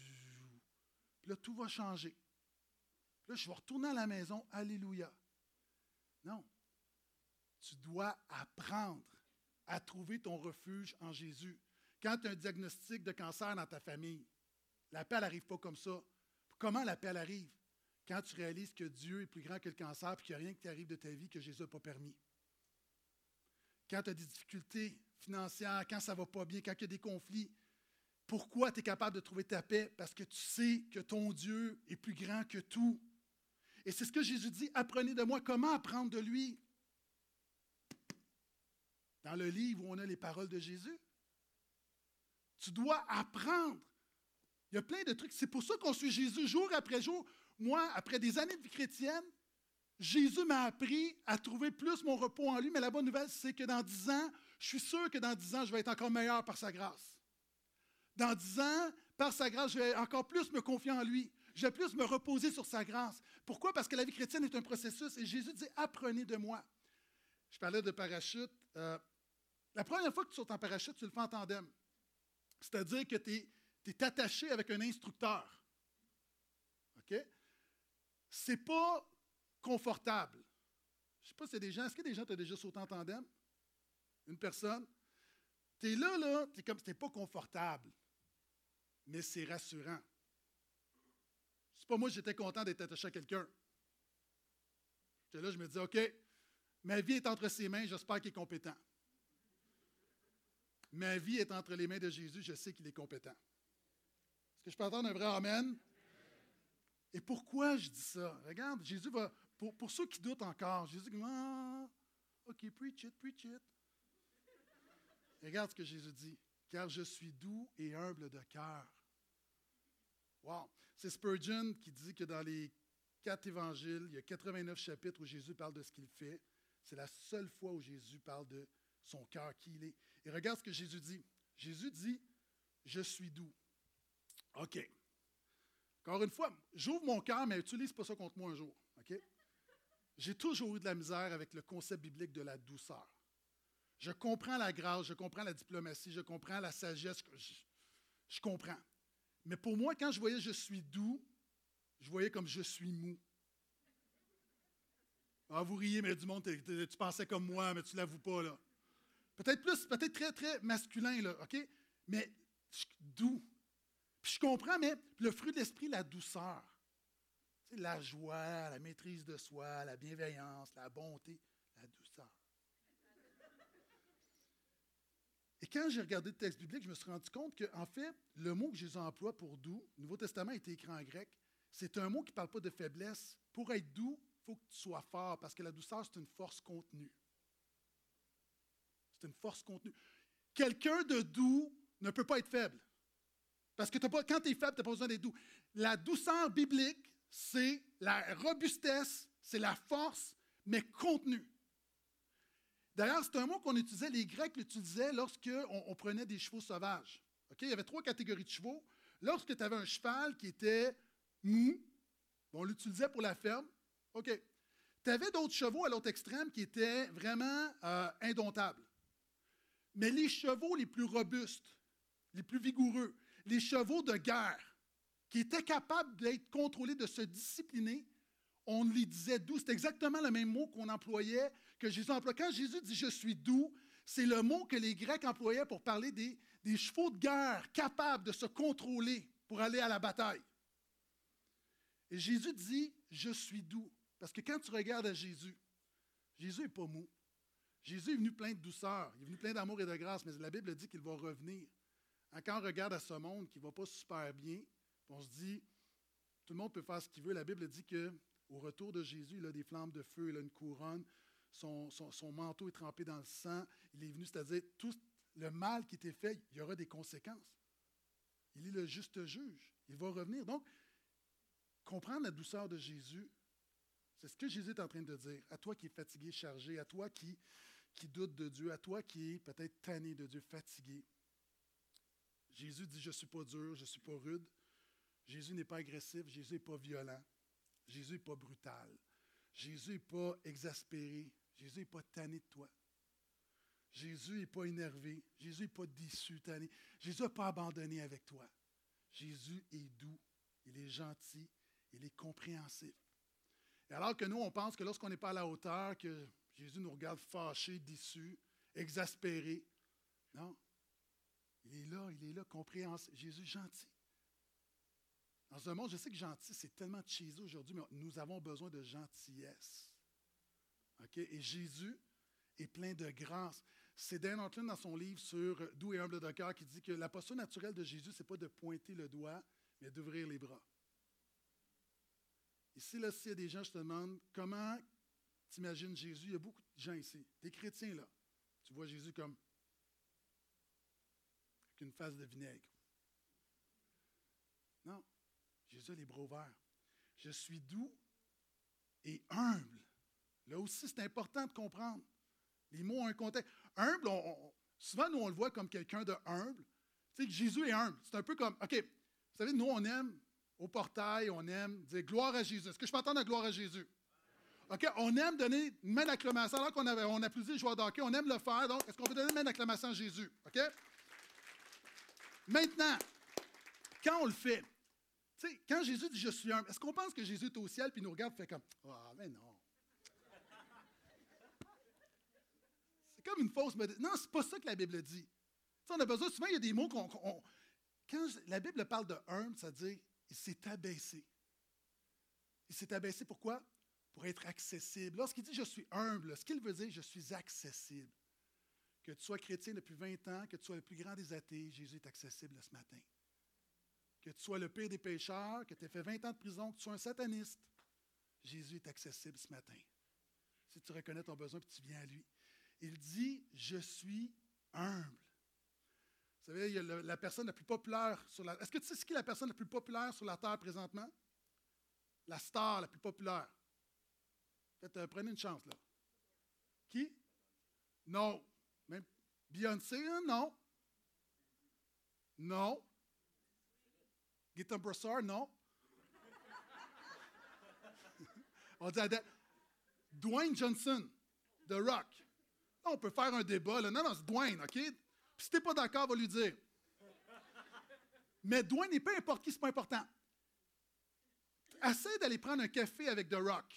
puis là, tout va changer. Là, je vais retourner à la maison, alléluia. Non. Tu dois apprendre à trouver ton refuge en Jésus. Quand tu as un diagnostic de cancer dans ta famille, La paix, elle n'arrive pas comme ça. Comment la paix, elle arrive? Quand tu réalises que Dieu est plus grand que le cancer et qu'il n'y a rien qui arrive de ta vie que Jésus n'a pas permis. Quand tu as des difficultés financières, quand ça ne va pas bien, quand il y a des conflits, pourquoi tu es capable de trouver ta paix? Parce que tu sais que ton Dieu est plus grand que tout. Et c'est ce que Jésus dit, apprenez de moi. Comment apprendre de lui? Dans le livre où on a les paroles de Jésus. Tu dois apprendre. Il y a plein de trucs. C'est pour ça qu'on suit Jésus jour après jour. Moi, après des années de vie chrétienne, Jésus m'a appris à trouver plus mon repos en lui. Mais la bonne nouvelle, c'est que dans dix ans, je suis sûr que dans dix ans, je vais être encore meilleur par sa grâce. Dans dix ans, par sa grâce, je vais encore plus me confier en lui. Je vais plus me reposer sur sa grâce. Pourquoi? Parce que la vie chrétienne est un processus. Et Jésus dit, apprenez de moi. Je parlais de parachute. Euh, la première fois que tu sautes en parachute, tu le fais en tandem. C'est-à-dire que tu es, tu es attaché avec un instructeur. OK? C'est pas confortable. Je ne sais pas si y a des gens. Est-ce que des gens t'ont déjà sauté en tandem? Une personne? Tu es là, là, tu es comme, c'était pas confortable. Mais c'est rassurant. C'est pas moi, j'étais content d'être attaché à quelqu'un. J'étais là, je me dis, OK, ma vie est entre ses mains, j'espère qu'il est compétent. Ma vie est entre les mains de Jésus, je sais qu'il est compétent. Est-ce que je peux entendre un vrai amen? Et pourquoi je dis ça? Regarde, Jésus va, pour, pour ceux qui doutent encore, Jésus dit, ah, OK, preach it, preach it. Regarde ce que Jésus dit, car je suis doux et humble de cœur. Wow! C'est Spurgeon qui dit que dans les quatre évangiles, il y a quatre-vingt-neuf chapitres où Jésus parle de ce qu'il fait. C'est la seule fois où Jésus parle de son cœur, qui il est. Et regarde ce que Jésus dit. Jésus dit, je suis doux. OK. Encore une fois, j'ouvre mon cœur, mais utilise pas ça contre moi un jour. OK? J'ai toujours eu de la misère avec le concept biblique de la douceur. Je comprends la grâce, je comprends la diplomatie, je comprends la sagesse, je, je comprends. Mais pour moi, quand je voyais je suis doux, je voyais comme je suis mou. Ah, vous riez, mais du monde, t'es, t'es, tu pensais comme moi, mais tu ne l'avoues pas, là. Peut-être plus, peut-être très, très masculin, là, OK? Mais doux. Puis je comprends, mais le fruit de l'esprit, la douceur. Tu sais, la joie, la maîtrise de soi, la bienveillance, la bonté, la douceur. Et quand j'ai regardé le texte biblique, je me suis rendu compte qu'en fait, le mot que Jésus emploie pour doux, le Nouveau Testament a été écrit en grec, c'est un mot qui ne parle pas de faiblesse. Pour être doux, il faut que tu sois fort, parce que la douceur, c'est une force contenue. C'est une force contenue. Quelqu'un de doux ne peut pas être faible. Parce que t'as pas, quand tu es faible, tu n'as pas besoin d'être doux. La douceur biblique, c'est la robustesse, c'est la force, mais contenue. D'ailleurs, c'est un mot qu'on utilisait, les Grecs l'utilisaient lorsqu'on on prenait des chevaux sauvages. Okay? Il y avait trois catégories de chevaux. Lorsque tu avais un cheval qui était mou, on l'utilisait pour la ferme. OK. Tu avais d'autres chevaux à l'autre extrême qui étaient vraiment euh, indomptables. Mais les chevaux les plus robustes, les plus vigoureux, les chevaux de guerre, qui étaient capables d'être contrôlés, de se discipliner, on les disait doux. C'est exactement le même mot qu'on employait, que Jésus employait. Quand Jésus dit « je suis doux », c'est le mot que les Grecs employaient pour parler des, des chevaux de guerre capables de se contrôler pour aller à la bataille. Et Jésus dit « je suis doux ». Parce que quand tu regardes à Jésus, Jésus n'est pas mou. Jésus est venu plein de douceur, il est venu plein d'amour et de grâce, mais la Bible dit qu'il va revenir. Quand on regarde à ce monde qui ne va pas super bien, on se dit, tout le monde peut faire ce qu'il veut. La Bible dit qu'au retour de Jésus, il a des flammes de feu, il a une couronne, son, son, son manteau est trempé dans le sang. Il est venu, c'est-à-dire, tout le mal qui était fait, il y aura des conséquences. Il est le juste juge. Il va revenir. Donc, comprendre la douceur de Jésus, c'est ce que Jésus est en train de dire. À toi qui es fatigué, chargé, à toi qui, qui doute de Dieu, à toi qui es peut-être tanné de Dieu, fatigué. Jésus dit, je ne suis pas dur, je ne suis pas rude. Jésus n'est pas agressif, Jésus n'est pas violent. Jésus n'est pas brutal. Jésus n'est pas exaspéré. Jésus n'est pas tanné de toi. Jésus n'est pas énervé. Jésus n'est pas déçu, tanné. Jésus n'a pas abandonné avec toi. Jésus est doux, il est gentil, il est compréhensif. Et alors que nous, on pense que lorsqu'on n'est pas à la hauteur, que Jésus nous regarde fâché, déçu, exaspéré. Non. Il est là, il est là, compréhensif. Jésus est gentil. Dans un monde, je sais que gentil, c'est tellement cheesy aujourd'hui, mais nous avons besoin de gentillesse. Okay? Et Jésus est plein de grâce. C'est Dan Ortlund dans son livre sur Doux et humble de cœur qui dit que la posture naturelle de Jésus, ce n'est pas de pointer le doigt, mais d'ouvrir les bras. Ici, là, s'il y a des gens, je te demande, comment tu imagines Jésus? Il y a beaucoup de gens ici, des chrétiens, là. Tu vois Jésus comme avec une face de vinaigre. Non, Jésus a les bras ouverts. Je suis doux et humble. Là aussi, c'est important de comprendre. Les mots ont un contexte. Humble, on, on, souvent, nous, on le voit comme quelqu'un de humble. Tu sais, que Jésus est humble. C'est un peu comme, OK, vous savez, nous, on aime, au portail, on aime dire gloire à Jésus. Est-ce que je peux entendre la gloire à Jésus? OK, on aime donner une main d'acclamation. Alors qu'on avait, on applaudit les joueurs de hockey, on aime le faire. Donc, est-ce qu'on peut donner une main d'acclamation à Jésus? OK? Maintenant, quand on le fait, tu sais, quand Jésus dit « je suis humble », est-ce qu'on pense que Jésus est au ciel puis il nous regarde et fait comme « ah, mais non ». C'est comme une fausse modestie. Non, c'est pas ça que la Bible dit. Tu sais, on a besoin, souvent, il y a des mots qu'on... qu'on quand la Bible parle de humble, ça veut dire il s'est abaissé. Il s'est abaissé pourquoi? Pour être accessible. Lorsqu'il dit « je suis humble », ce qu'il veut dire « je suis accessible ». Que tu sois chrétien depuis vingt ans, que tu sois le plus grand des athées, Jésus est accessible ce matin. Que tu sois le pire des pécheurs, que tu aies fait vingt ans de prison, que tu sois un sataniste, Jésus est accessible ce matin. Si tu reconnais ton besoin et que tu viens à lui. Il dit « je suis humble ». Vous savez, il y a le, la personne la plus populaire sur la... Est-ce que tu sais ce qui est la personne la plus populaire sur la Terre présentement? La star la plus populaire. Faites, euh, prenez une chance, là. Qui? Non. Même Beyoncé, hein? Non. Non. Gaëtan Brossard, non. On dit à de... Dwayne Johnson, The Rock. Non, on peut faire un débat, là. Non, non, c'est Dwayne, OK? Puis si tu n'es pas d'accord, va lui dire. Mais Dwayne n'est pas n'importe qui, c'est pas important. Essaie d'aller prendre un café avec The Rock.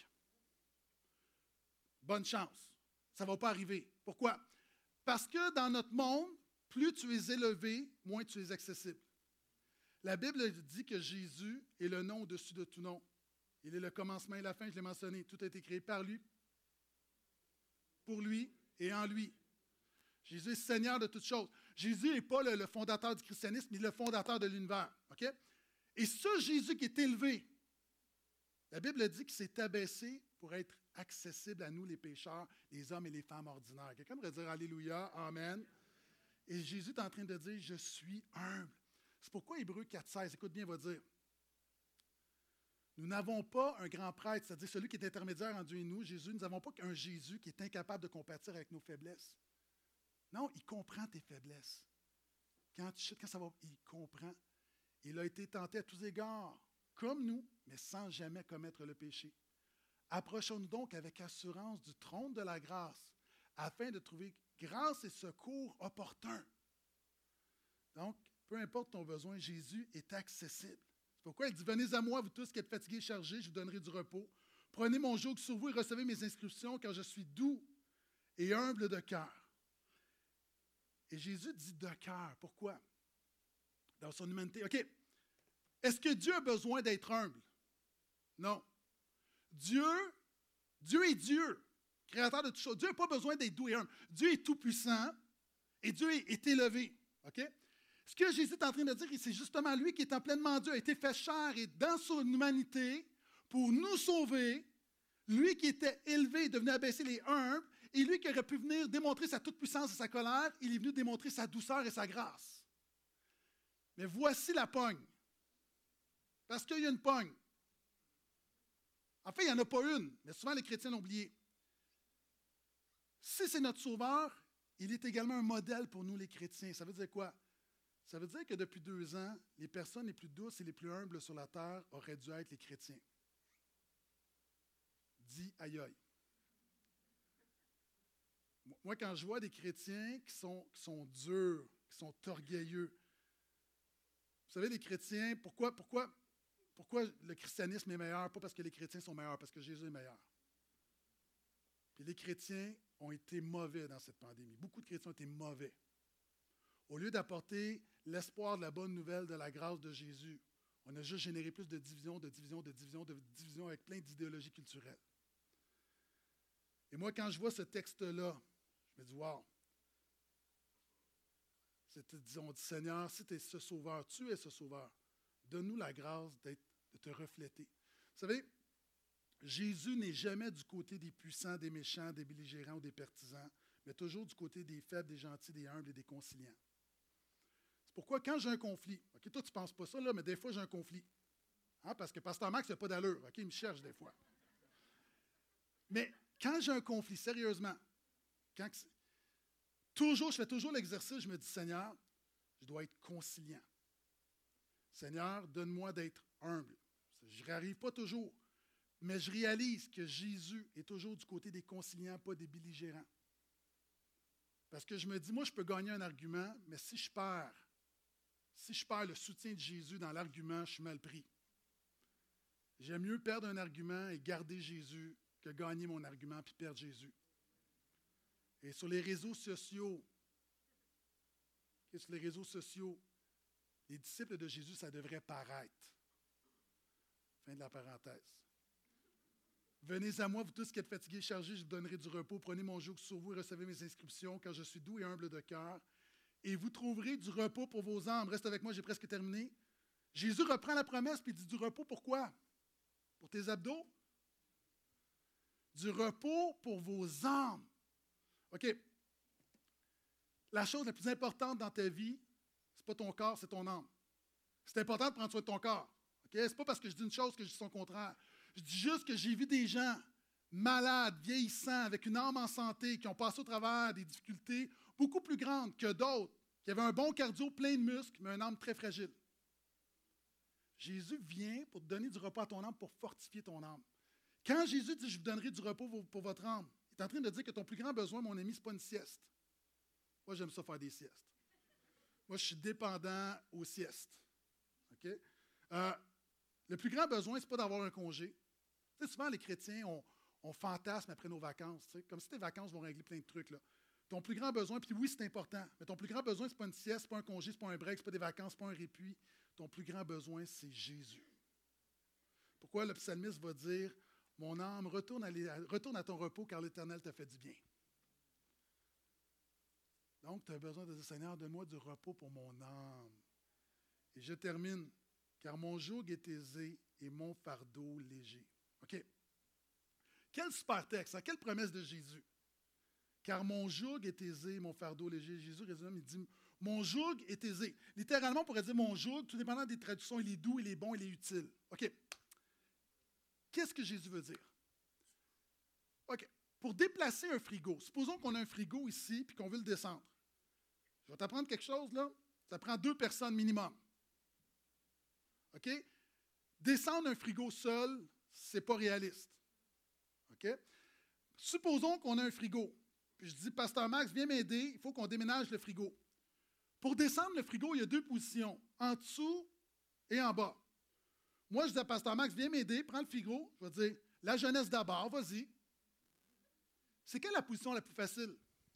Bonne chance. Ça ne va pas arriver. Pourquoi? Parce que dans notre monde, plus tu es élevé, moins tu es accessible. La Bible dit que Jésus est le nom au-dessus de tout nom. Il est le commencement et la fin, je l'ai mentionné. Tout a été créé par lui, pour lui et en lui. Jésus est Seigneur de toutes choses. Jésus n'est pas le, le fondateur du christianisme, mais le fondateur de l'univers. Okay? Et ce Jésus qui est élevé, la Bible dit qu'il s'est abaissé pour être accessible à nous, les pécheurs, les hommes et les femmes ordinaires. Quelqu'un pourrait dire Alléluia, Amen. Et Jésus est en train de dire, je suis humble. C'est pourquoi Hébreux quatre seize, écoute bien, va dire, nous n'avons pas un grand prêtre, c'est-à-dire celui qui est intermédiaire entre Dieu et nous, Jésus, nous n'avons pas qu'un Jésus qui est incapable de compatir avec nos faiblesses. Non, il comprend tes faiblesses. Quand tu chutes, quand ça va, il comprend. Il a été tenté à tous égards, comme nous, mais sans jamais commettre le péché. Approchons-nous donc avec assurance du trône de la grâce, afin de trouver grâce et secours opportuns. Donc, peu importe ton besoin, Jésus est accessible. C'est pourquoi il dit, venez à moi, vous tous qui êtes fatigués et chargés, je vous donnerai du repos. Prenez mon joug sur vous et recevez mes instructions, car je suis doux et humble de cœur. Et Jésus dit de cœur. Pourquoi? Dans son humanité. OK. Est-ce que Dieu a besoin d'être humble? Non. Dieu, Dieu est Dieu, créateur de toutes choses. Dieu n'a pas besoin d'être doux et humble. Dieu est tout-puissant et Dieu est, est élevé. OK? Ce que Jésus est en train de dire, c'est justement lui qui étant pleinement Dieu, a été fait chair et dans son humanité pour nous sauver. Lui qui était élevé est devenu abaissé, les humbles, et lui qui aurait pu venir démontrer sa toute-puissance et sa colère, il est venu démontrer sa douceur et sa grâce. Mais voici la pogne. Parce qu'il y a une pogne. En fait, il n'y en a pas une, mais souvent les chrétiens l'ont oublié. Si c'est notre sauveur, il est également un modèle pour nous les chrétiens. Ça veut dire quoi? Ça veut dire que depuis deux ans, les personnes les plus douces et les plus humbles sur la terre auraient dû être les chrétiens. Dis aïe aïe. Moi, quand je vois des chrétiens qui sont, qui sont durs, qui sont orgueilleux, vous savez, les chrétiens, pourquoi, pourquoi, pourquoi le christianisme est meilleur? Pas parce que les chrétiens sont meilleurs, parce que Jésus est meilleur. Puis les chrétiens ont été mauvais dans cette pandémie. Beaucoup de chrétiens ont été mauvais. Au lieu d'apporter l'espoir de la bonne nouvelle de la grâce de Jésus, On a juste généré plus de division, de division, de division, de division avec plein d'idéologies culturelles. Et moi, quand je vois ce texte-là, je me dis, wow. On dit, Seigneur, si tu es ce sauveur, tu es ce sauveur. Donne-nous la grâce d'être, de te refléter. Vous savez, Jésus n'est jamais du côté des puissants, des méchants, des belligérants ou des partisans, mais toujours du côté des faibles, des gentils, des humbles et des conciliants. C'est pourquoi quand j'ai un conflit, OK, toi tu ne penses pas ça, là, mais des fois j'ai un conflit. Hein, parce que Pasteur Max n'a pas d'allure, OK, il me cherche des fois. Mais quand j'ai un conflit, sérieusement, quand, toujours, je fais toujours l'exercice, je me dis, Seigneur, je dois être conciliant. Seigneur, donne-moi d'être humble. Je n'y arrive pas toujours, mais je réalise que Jésus est toujours du côté des conciliants, pas des belligérants. Parce que je me dis, moi, je peux gagner un argument, mais si je perds, si je perds le soutien de Jésus dans l'argument, je suis mal pris. J'aime mieux perdre un argument et garder Jésus que gagner mon argument puis perdre Jésus. Et sur les réseaux sociaux, et sur les réseaux sociaux, les disciples de Jésus, ça devrait paraître. Fin de la parenthèse. Venez à moi, vous tous qui êtes fatigués et chargés, je vous donnerai du repos. Prenez mon joug sur vous et recevez mes inscriptions, car je suis doux et humble de cœur. Et vous trouverez du repos pour vos âmes. Reste avec moi, j'ai presque terminé. Jésus reprend la promesse et dit du repos, pourquoi? Pour tes abdos? Du repos pour vos âmes. OK. La chose la plus importante dans ta vie, ce n'est pas ton corps, c'est ton âme. C'est important de prendre soin de ton corps. OK? Ce n'est pas parce que je dis une chose que je dis son contraire. Je dis juste que j'ai vu des gens malades, vieillissants, avec une âme en santé, qui ont passé au travers des difficultés beaucoup plus grandes que d'autres, qui avaient un bon cardio, plein de muscles, mais une âme très fragile. Jésus vient pour te donner du repos à ton âme, pour fortifier ton âme. Quand Jésus dit « Je vous donnerai du repos pour votre âme », il est en train de dire que ton plus grand besoin, mon ami, ce n'est pas une sieste. Moi, j'aime ça faire des siestes. Moi, je suis dépendant aux siestes. OK? Euh, le plus grand besoin, ce n'est pas d'avoir un congé. Tu sais, souvent, les chrétiens, on, on fantasme après nos vacances. Tu sais, comme si tes vacances vont régler plein de trucs. Là. Ton plus grand besoin, puis oui, c'est important, mais ton plus grand besoin, ce n'est pas une sieste, ce n'est pas un congé, ce n'est pas un break, ce n'est pas des vacances, ce n'est pas un répit. Ton plus grand besoin, c'est Jésus. Pourquoi le psalmiste va dire « Mon âme, retourne à, les, retourne à ton repos, car l'Éternel t'a fait du bien. » Donc, tu as besoin de dire « Seigneur, donne-moi du repos pour mon âme. » Et je termine. « Car mon joug est aisé et mon fardeau léger. » OK. Quel super texte, hein? Quelle promesse de Jésus. « Car mon joug est aisé et mon fardeau léger. » Jésus résume, il dit « Mon joug est aisé. » Littéralement, on pourrait dire « Mon joug », tout dépendant des traductions, il est doux, il est bon, il est utile. OK. Qu'est-ce que Jésus veut dire? OK. Pour déplacer un frigo, supposons qu'on a un frigo ici et qu'on veut le descendre. Je vais t'apprendre quelque chose, là. Ça prend deux personnes minimum. OK? Descendre un frigo seul, ce n'est pas réaliste. OK? Supposons qu'on a un frigo. Puis je dis, Pasteur Max, viens m'aider, il faut qu'on déménage le frigo. Pour descendre le frigo, il y a deux positions, en dessous et en bas. Moi, je dis à Pasteur Max, viens m'aider, prends le frigo. Je vais dire, la jeunesse d'abord, vas-y. C'est quelle la position la plus facile?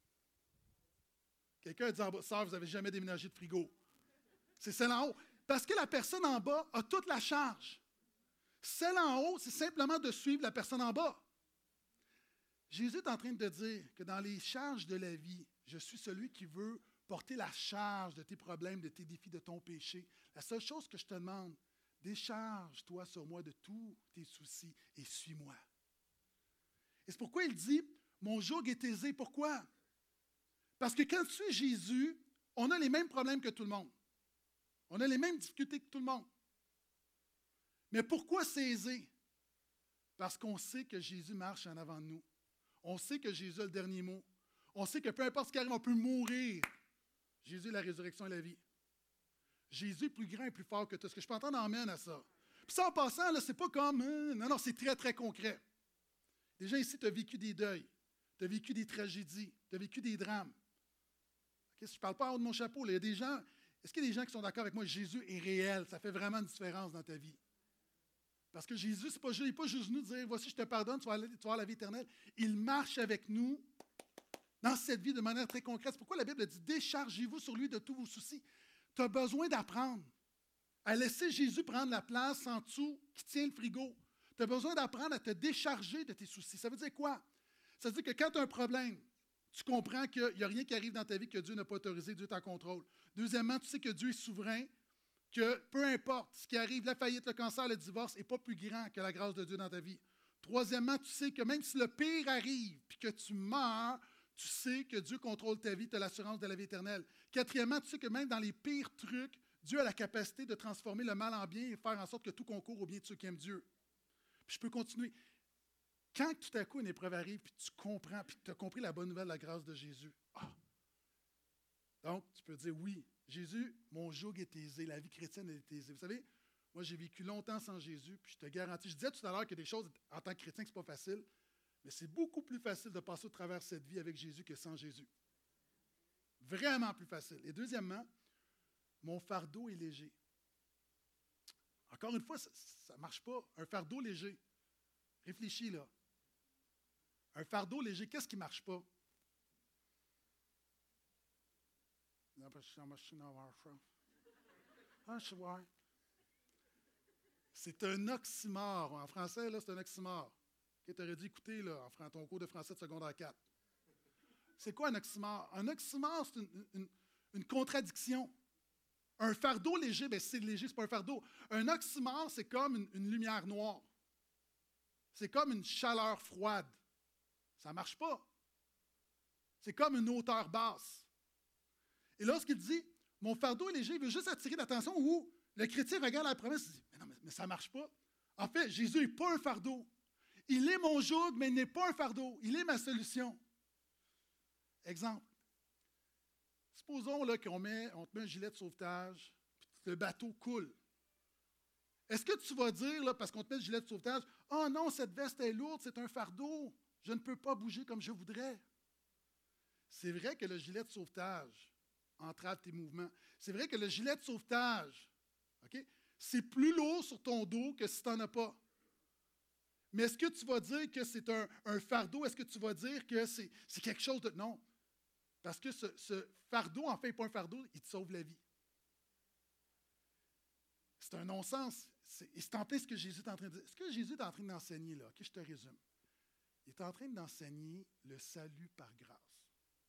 Quelqu'un dit en bas, sœur, vous n'avez jamais déménagé de frigo. C'est celle en haut. Parce que la personne en bas a toute la charge. Celle en haut, c'est simplement de suivre la personne en bas. Jésus est en train de dire que dans les charges de la vie, je suis celui qui veut porter la charge de tes problèmes, de tes défis, de ton péché. La seule chose que je te demande, décharge-toi sur moi de tous tes soucis et suis-moi. Et c'est pourquoi il dit, mon joug est aisé. Pourquoi? Parce que quand tu es Jésus, on a les mêmes problèmes que tout le monde. On a les mêmes difficultés que tout le monde. Mais pourquoi c'est aisé? Parce qu'on sait que Jésus marche en avant de nous. On sait que Jésus a le dernier mot. On sait que peu importe ce qui arrive, on peut mourir. Jésus est la résurrection et la vie. Jésus est plus grand et plus fort que tout. Est-ce que je peux entendre amène à ça? Puis ça, en passant, ce n'est pas comme... Hein, non, non, c'est très, très concret. Les gens ici, tu as vécu des deuils. Tu as vécu des tragédies. Tu as vécu des drames. Okay, si je ne parle pas en haut de mon chapeau, là, il y a des gens... Est-ce qu'il y a des gens qui sont d'accord avec moi? Jésus est réel. Ça fait vraiment une différence dans ta vie. Parce que Jésus, ce n'est pas, pas juste nous dire, voici, je te pardonne, tu vas, aller, tu vas avoir la vie éternelle. Il marche avec nous dans cette vie de manière très concrète. C'est pourquoi la Bible dit, déchargez-vous sur lui de tous vos soucis. Tu as besoin d'apprendre. à laisser Jésus prendre la place en dessous qui tient le frigo. Tu as besoin d'apprendre à te décharger de tes soucis. Ça veut dire quoi? Ça veut dire que quand tu as un problème, tu comprends qu'il n'y a rien qui arrive dans ta vie que Dieu n'a pas autorisé, Dieu est en contrôle. Deuxièmement, tu sais que Dieu est souverain, que peu importe ce qui arrive, la faillite, le cancer, le divorce, n'est pas plus grand que la grâce de Dieu dans ta vie. Troisièmement, tu sais que même si le pire arrive et que tu meurs, tu sais que Dieu contrôle ta vie, tu as l'assurance de la vie éternelle. Quatrièmement, tu sais que même dans les pires trucs, Dieu a la capacité de transformer le mal en bien et faire en sorte que tout concourt au bien de ceux qui aiment Dieu. Puis je peux continuer. Quand tout à coup une épreuve arrive, puis tu comprends, puis tu as compris la bonne nouvelle de la grâce de Jésus. Ah! Donc, tu peux dire, oui, Jésus, mon joug est aisé, la vie chrétienne est aisée. Vous savez, moi, j'ai vécu longtemps sans Jésus, puis je te garantis, je disais tout à l'heure qu'il y a des choses en tant que chrétien que ce n'est pas facile, mais c'est beaucoup plus facile de passer au travers cette vie avec Jésus que sans Jésus. Vraiment plus facile. Et deuxièmement, mon fardeau est léger. Encore une fois, ça ne marche pas. Un fardeau léger. Réfléchis là. Un fardeau léger, qu'est-ce qui ne marche pas? C'est un oxymore. En français, là, c'est un oxymore. Tu aurais dû écouter là, en ton cours de français de secondaire quatre. C'est quoi un oxymore? Un oxymore, c'est une, une, une contradiction. Un fardeau léger, bien, c'est léger, ce n'est pas un fardeau. Un oxymore, c'est comme une, une lumière noire. C'est comme une chaleur froide. Ça ne marche pas. C'est comme une hauteur basse. Et lorsqu'il dit, mon fardeau est léger, il veut juste attirer l'attention où le chrétien regarde la promesse et dit, mais non, mais, mais ça ne marche pas. En fait, Jésus n'est pas un fardeau. Il est mon joug, mais il n'est pas un fardeau. Il est ma solution. Exemple. Supposons là, qu'on met, on te met un gilet de sauvetage, puis le bateau coule. Est-ce que tu vas dire, là, parce qu'on te met le gilet de sauvetage, « Oh non, cette veste est lourde, c'est un fardeau. Je ne peux pas bouger comme je voudrais. » C'est vrai que le gilet de sauvetage entrave tes mouvements. C'est vrai que le gilet de sauvetage, okay, c'est plus lourd sur ton dos que si tu n'en as pas. Mais est-ce que tu vas dire que c'est un, un fardeau? Est-ce que tu vas dire que c'est, c'est quelque chose de... Non. Parce que ce, ce fardeau, en fait, n'est pas un fardeau, il te sauve la vie. C'est un non-sens. C'est, et c'est en plein ce que Jésus est en train de dire. Ce que Jésus est en train d'enseigner, là, OK, je te résume. Il est en train d'enseigner le salut par grâce.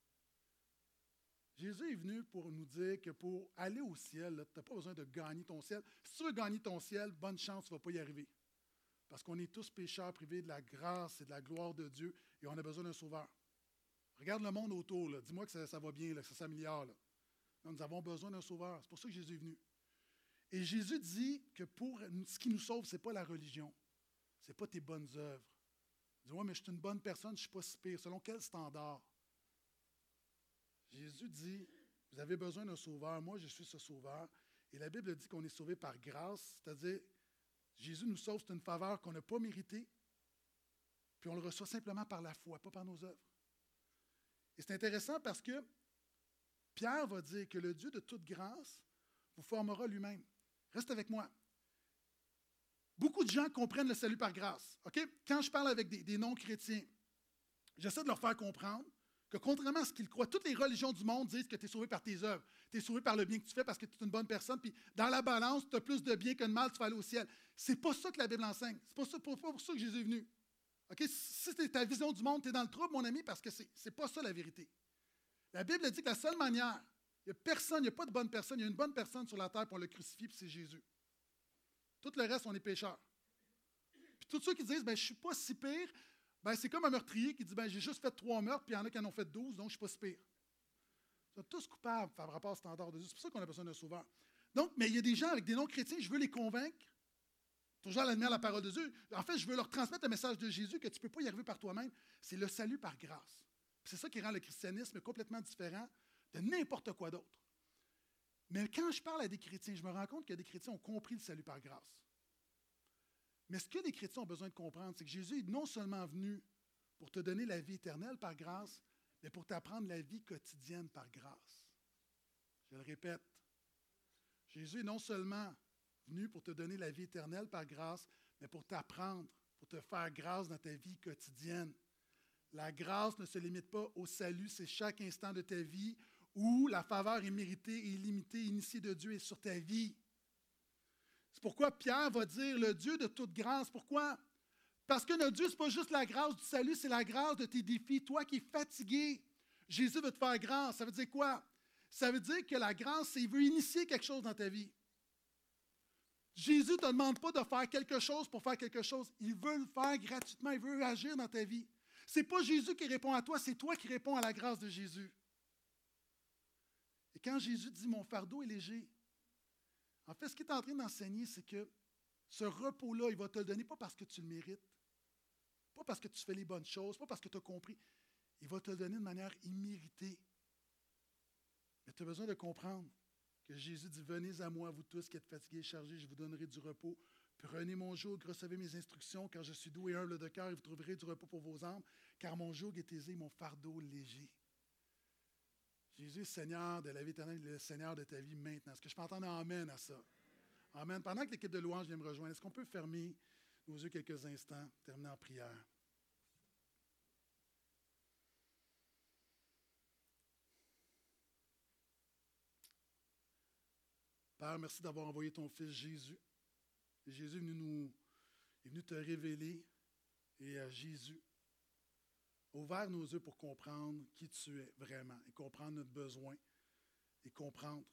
Jésus est venu pour nous dire que pour aller au ciel, tu n'as pas besoin de gagner ton ciel. Si tu veux gagner ton ciel, bonne chance, tu ne vas pas y arriver. Parce qu'on est tous pécheurs privés de la grâce et de la gloire de Dieu et on a besoin d'un sauveur. Regarde le monde autour, là. Dis-moi que ça, ça va bien, là, que ça s'améliore. Là. Non, nous avons besoin d'un sauveur. C'est pour ça que Jésus est venu. Et Jésus dit que pour ce qui nous sauve, ce n'est pas la religion. Ce n'est pas tes bonnes œuvres. Dis-moi, mais je suis une bonne personne, je ne suis pas si pire. Selon quel standard? Jésus dit, vous avez besoin d'un sauveur. Moi, je suis ce sauveur. Et la Bible dit qu'on est sauvé par grâce, c'est-à-dire, Jésus nous sauve, c'est une faveur qu'on n'a pas méritée, puis on le reçoit simplement par la foi, pas par nos œuvres. Et c'est intéressant parce que Pierre va dire que le Dieu de toute grâce vous formera lui-même. Reste avec moi. Beaucoup de gens comprennent le salut par grâce. Okay? Quand je parle avec des, des non-chrétiens, j'essaie de leur faire comprendre que contrairement à ce qu'ils croient, toutes les religions du monde disent que tu es sauvé par tes œuvres. Tu es sauvé par le bien que tu fais parce que tu es une bonne personne, puis dans la balance, tu as plus de bien que de mal, tu vas aller au ciel. C'est pas ça que la Bible enseigne. C'est pas, ça, pas, pas pour ça que Jésus est venu. Okay? Si c'est ta vision du monde, tu es dans le trouble, mon ami, parce que c'est, c'est pas ça la vérité. La Bible dit que la seule manière, il n'y a personne, il n'y a pas de bonne personne, il y a une bonne personne sur la terre pour le crucifier, puis c'est Jésus. Tout le reste, on est pécheurs. Puis tous ceux qui disent, ben, je ne suis pas si pire, ben, c'est comme un meurtrier qui dit, ben, j'ai juste fait trois meurtres, puis il y en a qui en ont fait douze, donc je ne suis pas si pire. Ils sont tous coupables par rapport au standard de Dieu. C'est pour ça qu'on a besoin d'un sauveur. Donc, mais il y a des gens avec des non-chrétiens, je veux les convaincre, toujours à la lumière de la parole de Dieu. En fait, je veux leur transmettre le message de Jésus que tu ne peux pas y arriver par toi-même. C'est le salut par grâce. Puis c'est ça qui rend le christianisme complètement différent de n'importe quoi d'autre. Mais quand je parle à des chrétiens, je me rends compte que des chrétiens ont compris le salut par grâce. Mais ce que les chrétiens ont besoin de comprendre, c'est que Jésus est non seulement venu pour te donner la vie éternelle par grâce, mais pour t'apprendre la vie quotidienne par grâce. Je le répète, Jésus est non seulement venu pour te donner la vie éternelle par grâce, mais pour t'apprendre, pour te faire grâce dans ta vie quotidienne. La grâce ne se limite pas au salut, c'est chaque instant de ta vie où la faveur est méritée et illimitée, initiée de Dieu est sur ta vie. C'est pourquoi Pierre va dire le Dieu de toute grâce. Pourquoi? Parce que notre Dieu, ce n'est pas juste la grâce du salut, c'est la grâce de tes défis. Toi qui es fatigué, Jésus veut te faire grâce. Ça veut dire quoi? Ça veut dire que la grâce, c'est qu'il veut initier quelque chose dans ta vie. Jésus ne te demande pas de faire quelque chose pour faire quelque chose. Il veut le faire gratuitement. Il veut agir dans ta vie. Ce n'est pas Jésus qui répond à toi, c'est toi qui réponds à la grâce de Jésus. Et quand Jésus dit « mon fardeau est léger », en fait, ce qu'il est en train d'enseigner, c'est que ce repos-là, il va te le donner, pas parce que tu le mérites, pas parce que tu fais les bonnes choses, pas parce que tu as compris. Il va te le donner de manière imméritée. Mais tu as besoin de comprendre que Jésus dit « Venez à moi, vous tous qui êtes fatigués et chargés, je vous donnerai du repos. Prenez mon joug, recevez mes instructions, car je suis doux et humble de cœur, et vous trouverez du repos pour vos âmes, car mon joug est aisé, mon fardeau léger. » Jésus est Seigneur de la vie éternelle, il est le Seigneur de ta vie maintenant. Est-ce que je peux entendre amen à ça? Amen. Pendant que l'équipe de louange vient me rejoindre, est-ce qu'on peut fermer nos yeux quelques instants, terminer en prière? Père, merci d'avoir envoyé ton Fils Jésus. Et Jésus est venu, nous, est venu te révéler. Et à Jésus a ouvert nos yeux pour comprendre qui tu es vraiment et comprendre notre besoin et comprendre,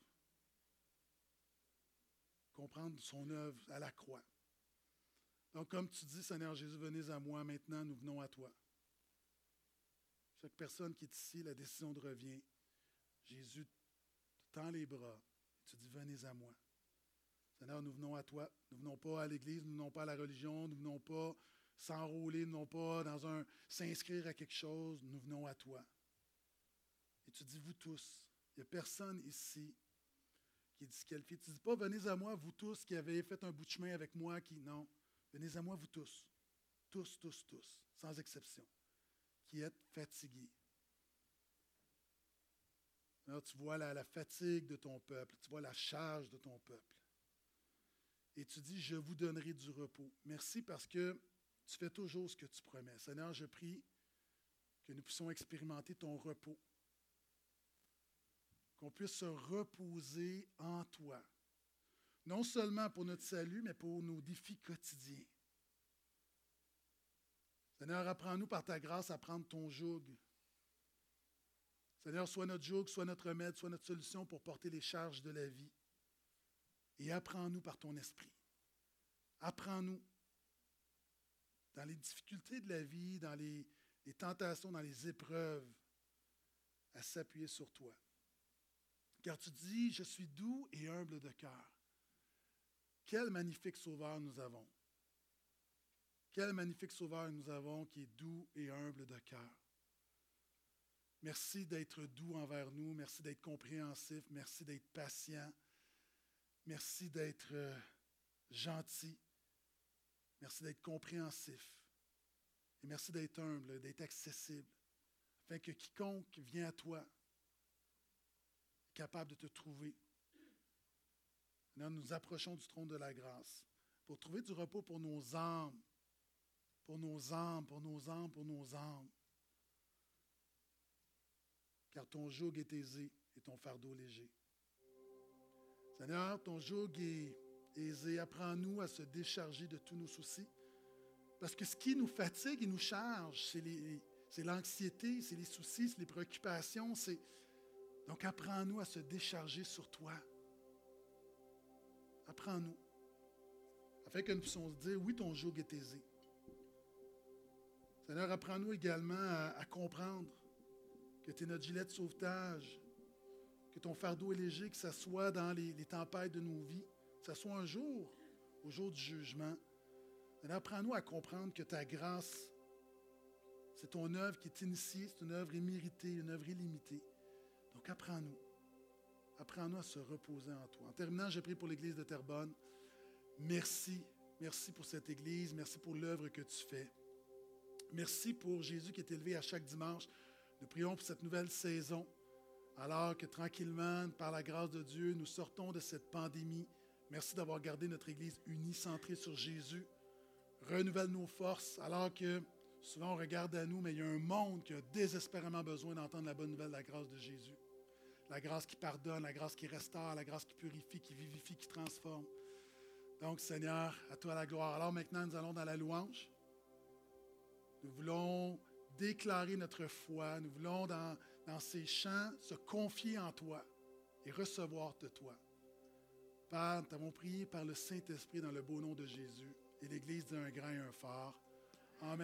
comprendre son œuvre à la croix. Donc, comme tu dis, Seigneur Jésus, venez à moi maintenant, nous venons à toi. Chaque personne qui est ici, la décision de revient. Jésus te tend les bras. Tu dis, venez à moi. Seigneur, nous venons à toi. Nous ne venons pas à l'Église, nous ne venons pas à la religion, nous ne venons pas s'enrôler, nous ne venons pas dans un s'inscrire à quelque chose, nous venons à toi. Et tu dis, vous tous, il n'y a personne ici qui est disqualifié. Tu ne dis pas, venez à moi, vous tous qui avez fait un bout de chemin avec moi, qui non. Venez à moi, vous tous. Tous, tous, tous, sans exception, qui êtes fatigués. Alors, tu vois la, la fatigue de ton peuple, tu vois la charge de ton peuple. Et tu dis, je vous donnerai du repos. Merci parce que tu fais toujours ce que tu promets. Seigneur, je prie que nous puissions expérimenter ton repos. Qu'on puisse se reposer en toi. Non seulement pour notre salut, mais pour nos défis quotidiens. Seigneur, apprends-nous par ta grâce à prendre ton joug. Seigneur, sois notre joug, sois notre remède, sois notre solution pour porter les charges de la vie. Et apprends-nous par ton esprit. Apprends-nous dans les difficultés de la vie, dans les, les tentations, dans les épreuves, à s'appuyer sur toi. Car tu dis, je suis doux et humble de cœur. Quel magnifique sauveur nous avons. Quel magnifique sauveur nous avons qui est doux et humble de cœur. Merci d'être doux envers nous. Merci d'être compréhensif. Merci d'être patient. Merci d'être euh, gentil. Merci d'être compréhensif. Et merci d'être humble, d'être accessible. Afin que quiconque vient à toi est capable de te trouver. Maintenant, nous nous approchons du trône de la grâce pour trouver du repos pour nos âmes. Pour nos âmes, pour nos âmes, pour nos âmes. Car ton joug est aisé et ton fardeau léger. Seigneur, ton joug est aisé. Apprends-nous à se décharger de tous nos soucis. Parce que ce qui nous fatigue et nous charge, c'est, les, c'est l'anxiété, c'est les soucis, c'est les préoccupations. C'est... Donc, apprends-nous à se décharger sur toi. Apprends-nous. Afin que nous puissions se dire, oui, ton joug est aisé. Seigneur, apprends-nous également à, à comprendre que tu es notre gilet de sauvetage, que ton fardeau est léger, que ce soit dans les, les tempêtes de nos vies, que ce soit un jour, au jour du jugement. Seigneur, apprends-nous à comprendre que ta grâce, c'est ton œuvre qui est initiée, c'est une œuvre imméritée, une œuvre illimitée. Donc apprends-nous. Apprends-nous à se reposer en toi. En terminant, je prie pour l'Église de Terrebonne. Merci. Merci pour cette Église. Merci pour l'œuvre que tu fais. Merci pour Jésus qui est élevé à chaque dimanche. Nous prions pour cette nouvelle saison, alors que tranquillement, par la grâce de Dieu, nous sortons de cette pandémie. Merci d'avoir gardé notre Église unie, centrée sur Jésus. Renouvelle nos forces, alors que souvent on regarde à nous, mais il y a un monde qui a désespérément besoin d'entendre la bonne nouvelle de la grâce de Jésus. La grâce qui pardonne, la grâce qui restaure, la grâce qui purifie, qui vivifie, qui transforme. Donc, Seigneur, à toi la gloire. Alors maintenant, nous allons dans la louange. Nous voulons déclarer notre foi. Nous voulons, dans, dans ces chants, se confier en toi et recevoir de toi. Père, nous t'avons prié par le Saint-Esprit dans le beau nom de Jésus. Et l'Église dit un grand et un fort.